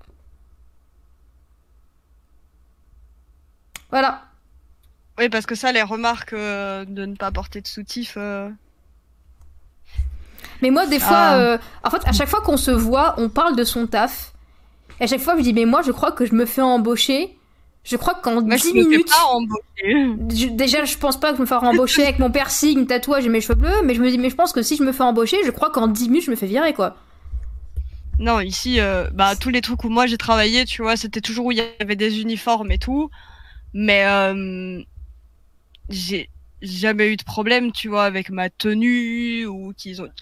Voilà.
Oui, parce que ça, les remarques de ne pas porter de soutif...
Mais moi, des fois, en fait, à chaque fois qu'on se voit, on parle de son taf. Et à chaque fois, je dis, mais moi, je crois que je me fais embaucher. Je crois qu'en 10 minutes... Déjà, je pense pas que je me ferai embaucher avec mon piercing, mon tatouage et mes cheveux bleus, mais je me dis, mais je pense que si je me fais embaucher, je crois qu'en 10 minutes, je me fais virer, quoi.
Non, ici, tous les trucs où moi j'ai travaillé, tu vois, c'était toujours où il y avait des uniformes et tout. Mais j'ai jamais eu de problème, tu vois, avec ma tenue ou qu'ils ont...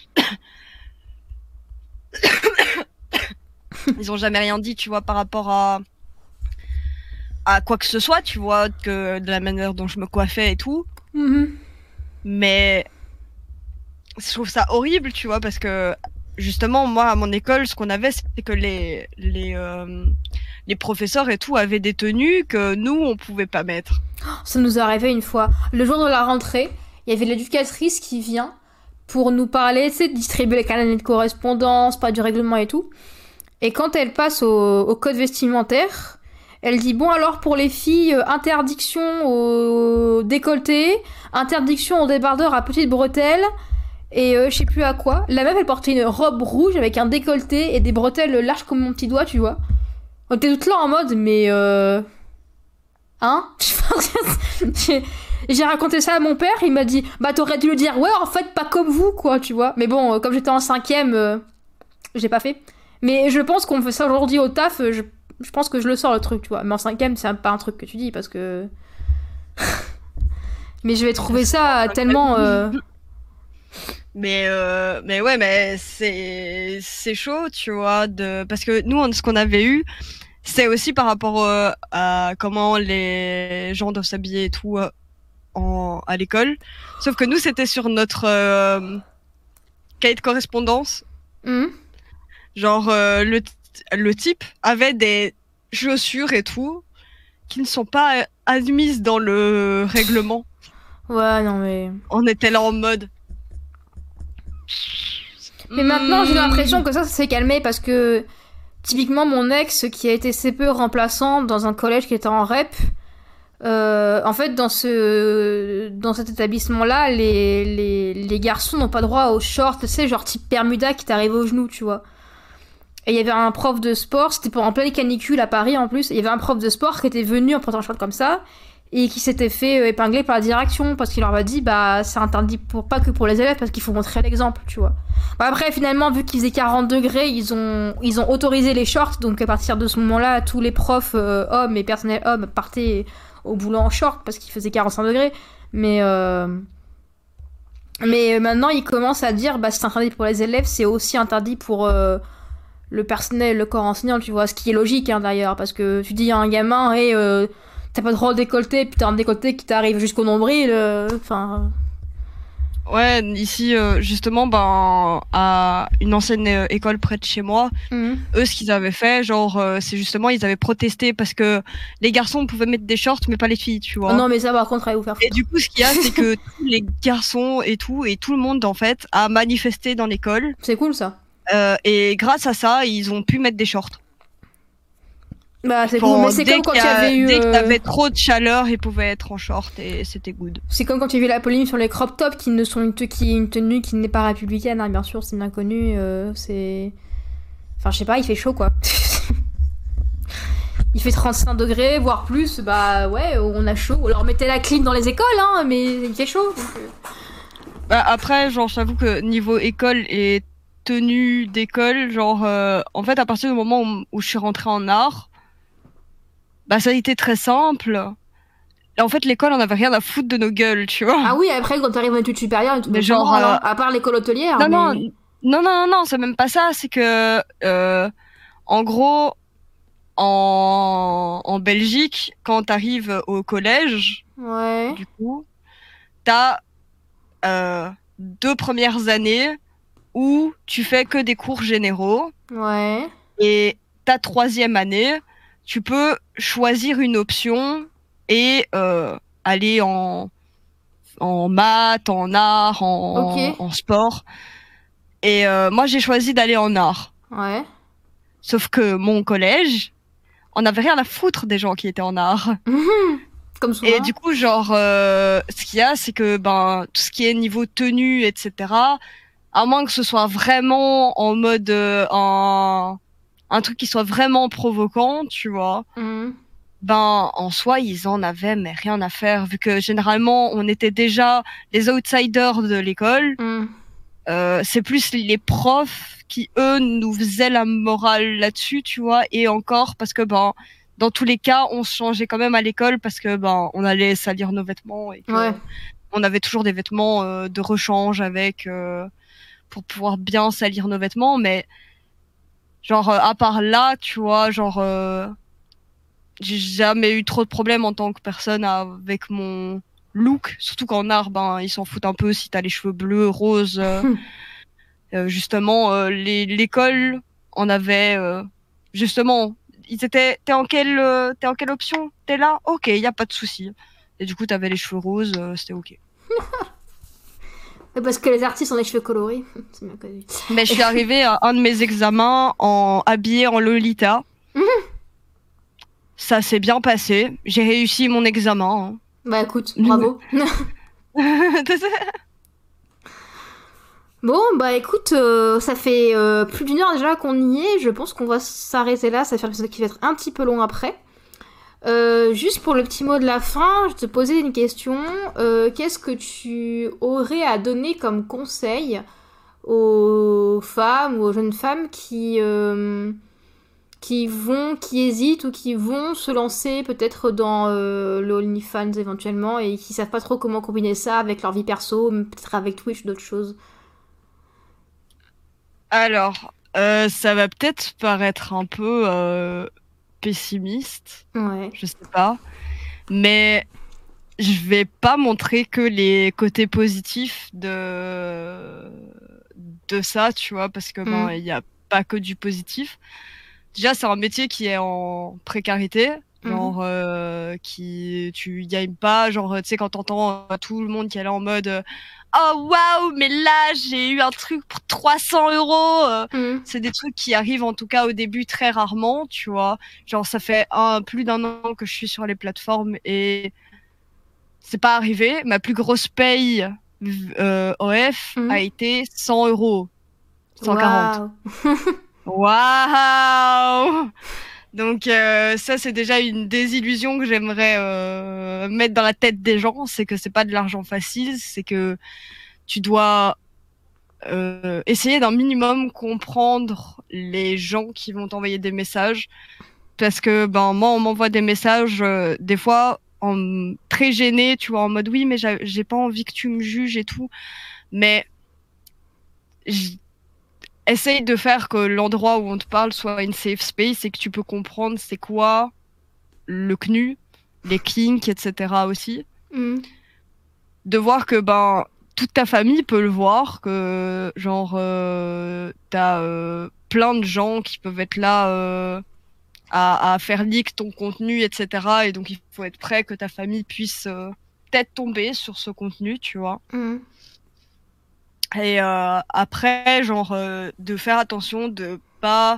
Ils ont jamais rien dit, tu vois, par rapport à quoi que ce soit, tu vois, que de la manière dont je me coiffais et tout. Mais je trouve ça horrible, tu vois, parce que justement, moi, à mon école, ce qu'on avait, c'était que les professeurs et tout avaient des tenues que nous, on pouvait pas mettre.
Ça nous est arrivé une fois. Le jour de la rentrée, il y avait l'éducatrice qui vient pour nous parler, tu sais, distribuer les carnets de correspondance, pas du règlement et tout. Et quand elle passe au code vestimentaire, elle dit, bon alors pour les filles, interdiction au décolleté, interdiction au débardeur à petites bretelles, et je sais plus à quoi. La meuf, elle portait une robe rouge avec un décolleté et des bretelles larges comme mon petit doigt, tu vois. On était toutes là en mode, mais hein? J'ai raconté ça à mon père, il m'a dit, bah t'aurais dû le dire, ouais, en fait, pas comme vous, quoi, tu vois. Mais bon, comme j'étais en 5ème, j'ai pas fait. Mais je pense qu'on fait ça aujourd'hui au taf, je pense que je le sors le truc, tu vois. Mais en 5ème, c'est pas un truc que tu dis, parce que... Mais je vais trouver ça tellement...
Mais ouais, mais c'est chaud, tu vois, parce que nous, ce qu'on avait eu, c'est aussi par rapport à comment les gens doivent s'habiller et tout à l'école. Sauf que nous, c'était sur notre cahier de correspondance. Genre, le type avait des chaussures et tout qui ne sont pas admises dans le règlement.
Ouais, non mais...
On était là en mode...
Mais maintenant, j'ai l'impression que ça s'est calmé parce que typiquement mon ex qui a été CPE remplaçant dans un collège qui était en REP, en fait dans cet établissement-là, les garçons n'ont pas droit aux shorts, tu sais, genre type Bermuda qui t'arrive aux genoux, tu vois. Et il y avait un prof de sport, c'était en pleine canicule à Paris en plus, il y avait un prof de sport qui était venu en portant un short comme ça, et qui s'était fait épingler par la direction parce qu'il leur a dit bah c'est interdit pas que pour les élèves parce qu'il faut montrer l'exemple, tu vois. Bah, après finalement vu qu'il faisait 40 degrés ils ont autorisé les shorts, donc à partir de ce moment-là tous les profs hommes et personnel hommes partaient au boulot en short parce qu'il faisait 45 degrés, mais maintenant ils commencent à dire bah c'est interdit pour les élèves, c'est aussi interdit pour le personnel, le corps enseignant, tu vois, ce qui est logique hein, d'ailleurs, parce que tu dis à un gamin hey, t'as pas le droit de décolleter, puis t'as un décolleté qui t'arrive jusqu'au nombril, enfin...
Ouais, ici, justement, ben, à une ancienne école près de chez moi, eux, ce qu'ils avaient fait, genre, c'est justement, ils avaient protesté parce que les garçons pouvaient mettre des shorts, mais pas les filles, tu vois.
Non, mais ça, par contre, allez vous faire foutre.
Et du coup, ce qu'il y a, c'est que tous les garçons et tout le monde, en fait, a manifesté dans l'école.
C'est cool, ça.
Et grâce à ça, ils ont pu mettre des shorts.
Bah, c'est cool, mais c'est comme quand il y avait eu...
Dès qu'il y avait trop de chaleur, ils pouvaient être en short et c'était good.
C'est comme quand il y avait eu la polémique sur les crop tops qui ne sont une tenue qui n'est pas républicaine, hein, bien sûr, c'est bien connu, c'est... Enfin, je sais pas, il fait chaud, quoi. Il fait 35 degrés, voire plus, bah ouais, on a chaud. On leur mettait la clim dans les écoles, hein, mais il fait chaud. Donc...
Bah, après, genre, j'avoue que niveau école et tenue d'école, genre, en fait, à partir du moment où je suis rentrée en art, bah ça a été très simple. Et en fait, l'école, on avait rien à foutre de nos gueules, tu vois.
Ah oui, après, quand t'arrives en études supérieures,
mais genre,
à part l'école hôtelière.
Non, c'est même pas ça. C'est que, en gros, en Belgique, quand t'arrives au collège,
ouais.
du coup, t'as 2 premières années où tu fais que des cours généraux.
Ouais.
Et ta 3e année, tu peux choisir une option et aller en maths, en art, en sport. Et moi, j'ai choisi d'aller en art.
Ouais.
Sauf que mon collège, on n'avait rien à foutre des gens qui étaient en art.
Comme souvent.
Et du coup, genre, ce qu'il y a, c'est que ben tout ce qui est niveau tenue, etc., à moins que ce soit vraiment en mode un truc qui soit vraiment provoquant, tu vois. Ben en soi ils en avaient mais rien à faire vu que généralement on était déjà les outsiders de l'école. C'est plus les profs qui eux nous faisaient la morale là-dessus, tu vois, et encore parce que ben dans tous les cas on se changeait quand même à l'école parce que ben on allait salir nos vêtements et que on avait toujours des vêtements de rechange avec pour pouvoir bien salir nos vêtements, mais genre à part là, tu vois, genre j'ai jamais eu trop de problèmes en tant que personne avec mon look, surtout qu'en art, ben ils s'en foutent un peu si t'as les cheveux bleus, roses. Justement, l'école en avait justement. Ils étaient, t'es en quelle option? T'es là? Ok, y a pas de souci. Et du coup, t'avais les cheveux roses, c'était ok.
Parce que les artistes ont les cheveux colorés. C'est bien connu.
Mais je suis arrivée à un de mes examens habillée en Lolita. Ça s'est bien passé. J'ai réussi mon examen. Hein.
Bah écoute, bravo. Bon, bah écoute, ça fait plus d'1 heure déjà qu'on y est. Je pense qu'on va s'arrêter là. Ça va faire un épisode qui va être un petit peu long après. Juste pour le petit mot de la fin, je te posais une question. Qu'est-ce que tu aurais à donner comme conseil aux femmes ou aux jeunes femmes qui hésitent ou qui vont se lancer peut-être dans le OnlyFans éventuellement et qui savent pas trop comment combiner ça avec leur vie perso, peut-être avec Twitch ou d'autres choses?
Alors, ça va peut-être paraître un peu pessimiste,
ouais.
Je sais pas, mais je vais pas montrer que les côtés positifs de ça, tu vois, parce que bon, il y a pas que du positif. Déjà, c'est un métier qui est en précarité, genre tu gagnes pas, genre tu sais quand t'entends tout le monde qui est là en mode oh waouh, mais là j'ai eu un truc pour 300 €. C'est des trucs qui arrivent en tout cas au début très rarement, tu vois. Genre ça fait plus d'1 an que je suis sur les plateformes et c'est pas arrivé. Ma plus grosse paye OF a été 100 €, 140. Waouh. Donc ça, c'est déjà une désillusion que j'aimerais mettre dans la tête des gens, c'est que c'est pas de l'argent facile, c'est que tu dois essayer d'un minimum comprendre les gens qui vont t'envoyer des messages, parce que ben moi on m'envoie des messages des fois très gêné, tu vois, en mode oui mais j'ai pas envie que tu me juges et tout, mais essaye de faire que l'endroit où on te parle soit une safe space et que tu peux comprendre c'est quoi le CNU, les kinks, etc. aussi. De voir que ben toute ta famille peut le voir, que genre t'as plein de gens qui peuvent être là à faire leak ton contenu, etc. Et donc il faut être prêt que ta famille puisse peut-être tomber sur ce contenu, tu vois. Et après, genre, de faire attention de pas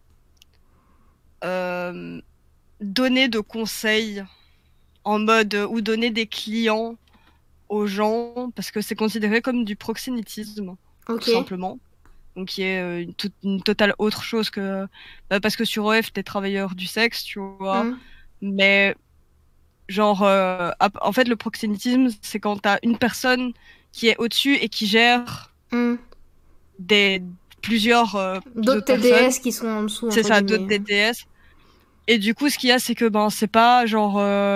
donner de conseils en mode ou donner des clients aux gens parce que c'est considéré comme du proxénétisme, tout simplement. Donc qui est une totale autre chose que parce que sur OF t'es travailleur du sexe, tu vois. Mais genre en fait le proxénétisme c'est quand t'as une personne qui est au-dessus et qui gère plusieurs
d'autres TDS qui sont en dessous.
C'est ça, d'autres TDS. Et du coup, ce qu'il y a, c'est que ben c'est pas genre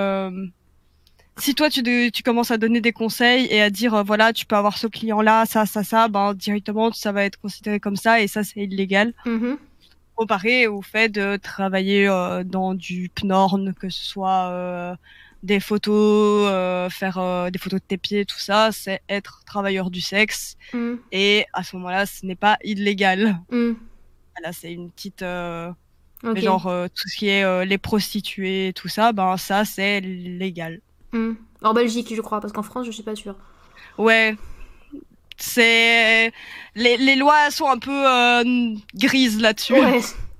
si toi tu commences à donner des conseils et à dire voilà, tu peux avoir ce client-là, ça, ben directement ça va être considéré comme ça et ça c'est illégal. Comparé au fait de travailler dans du PNorn, que ce soit des photos, faire des photos de tes pieds, tout ça, c'est être travailleur du sexe. Et à ce moment-là, ce n'est pas illégal. Là, c'est une petite... mais genre, tout ce qui est les prostituées, tout ça, ben ça, c'est légal.
En Belgique, je crois, parce qu'en France, je suis pas sûre.
Ouais. C'est... Les lois sont un peu grises là-dessus.
Ouais.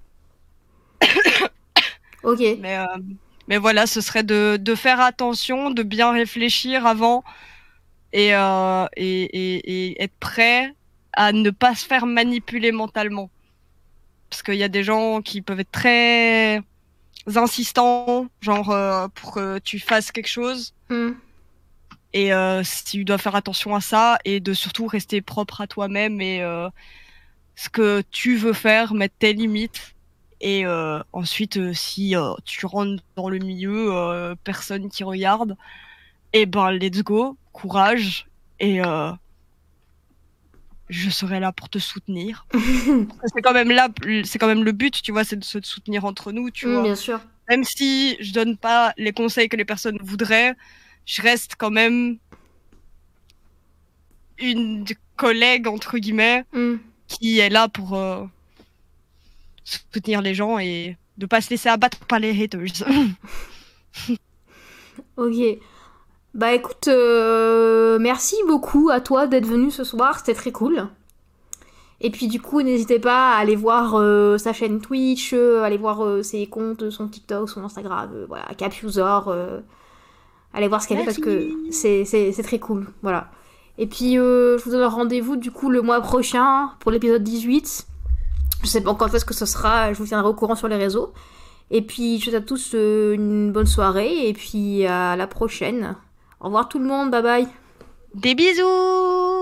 Ok.
Mais voilà, ce serait de faire attention, de bien réfléchir avant et être prêt à ne pas se faire manipuler mentalement. Parce qu'il y a des gens qui peuvent être très insistants, genre pour que tu fasses quelque chose. Et si tu dois faire attention à ça et de surtout rester propre à toi-même et ce que tu veux faire, mettre tes limites. Et ensuite, si tu rentres dans le milieu, personne qui regarde, et ben let's go, courage, et je serai là pour te soutenir. C'est quand même le but, tu vois, c'est de se soutenir entre nous, tu vois.
Bien sûr.
Même si je donne pas les conseils que les personnes voudraient, je reste quand même une collègue entre guillemets qui est là pour soutenir les gens et de pas se laisser abattre par les haters.
Ok. Bah écoute, merci beaucoup à toi d'être venu ce soir, c'était très cool. Et puis du coup, n'hésitez pas à aller voir sa chaîne Twitch, aller voir ses comptes, son TikTok, son Instagram, voilà, Capusor. Allez voir ce qu'elle fait parce que c'est très cool, voilà. Et puis je vous donne rendez-vous du coup le mois prochain pour l'épisode 18. Je sais pas encore quand est-ce que ce sera, je vous tiendrai au courant sur les réseaux. Et puis je vous souhaite à tous une bonne soirée et puis à la prochaine. Au revoir tout le monde, bye bye.
Des bisous.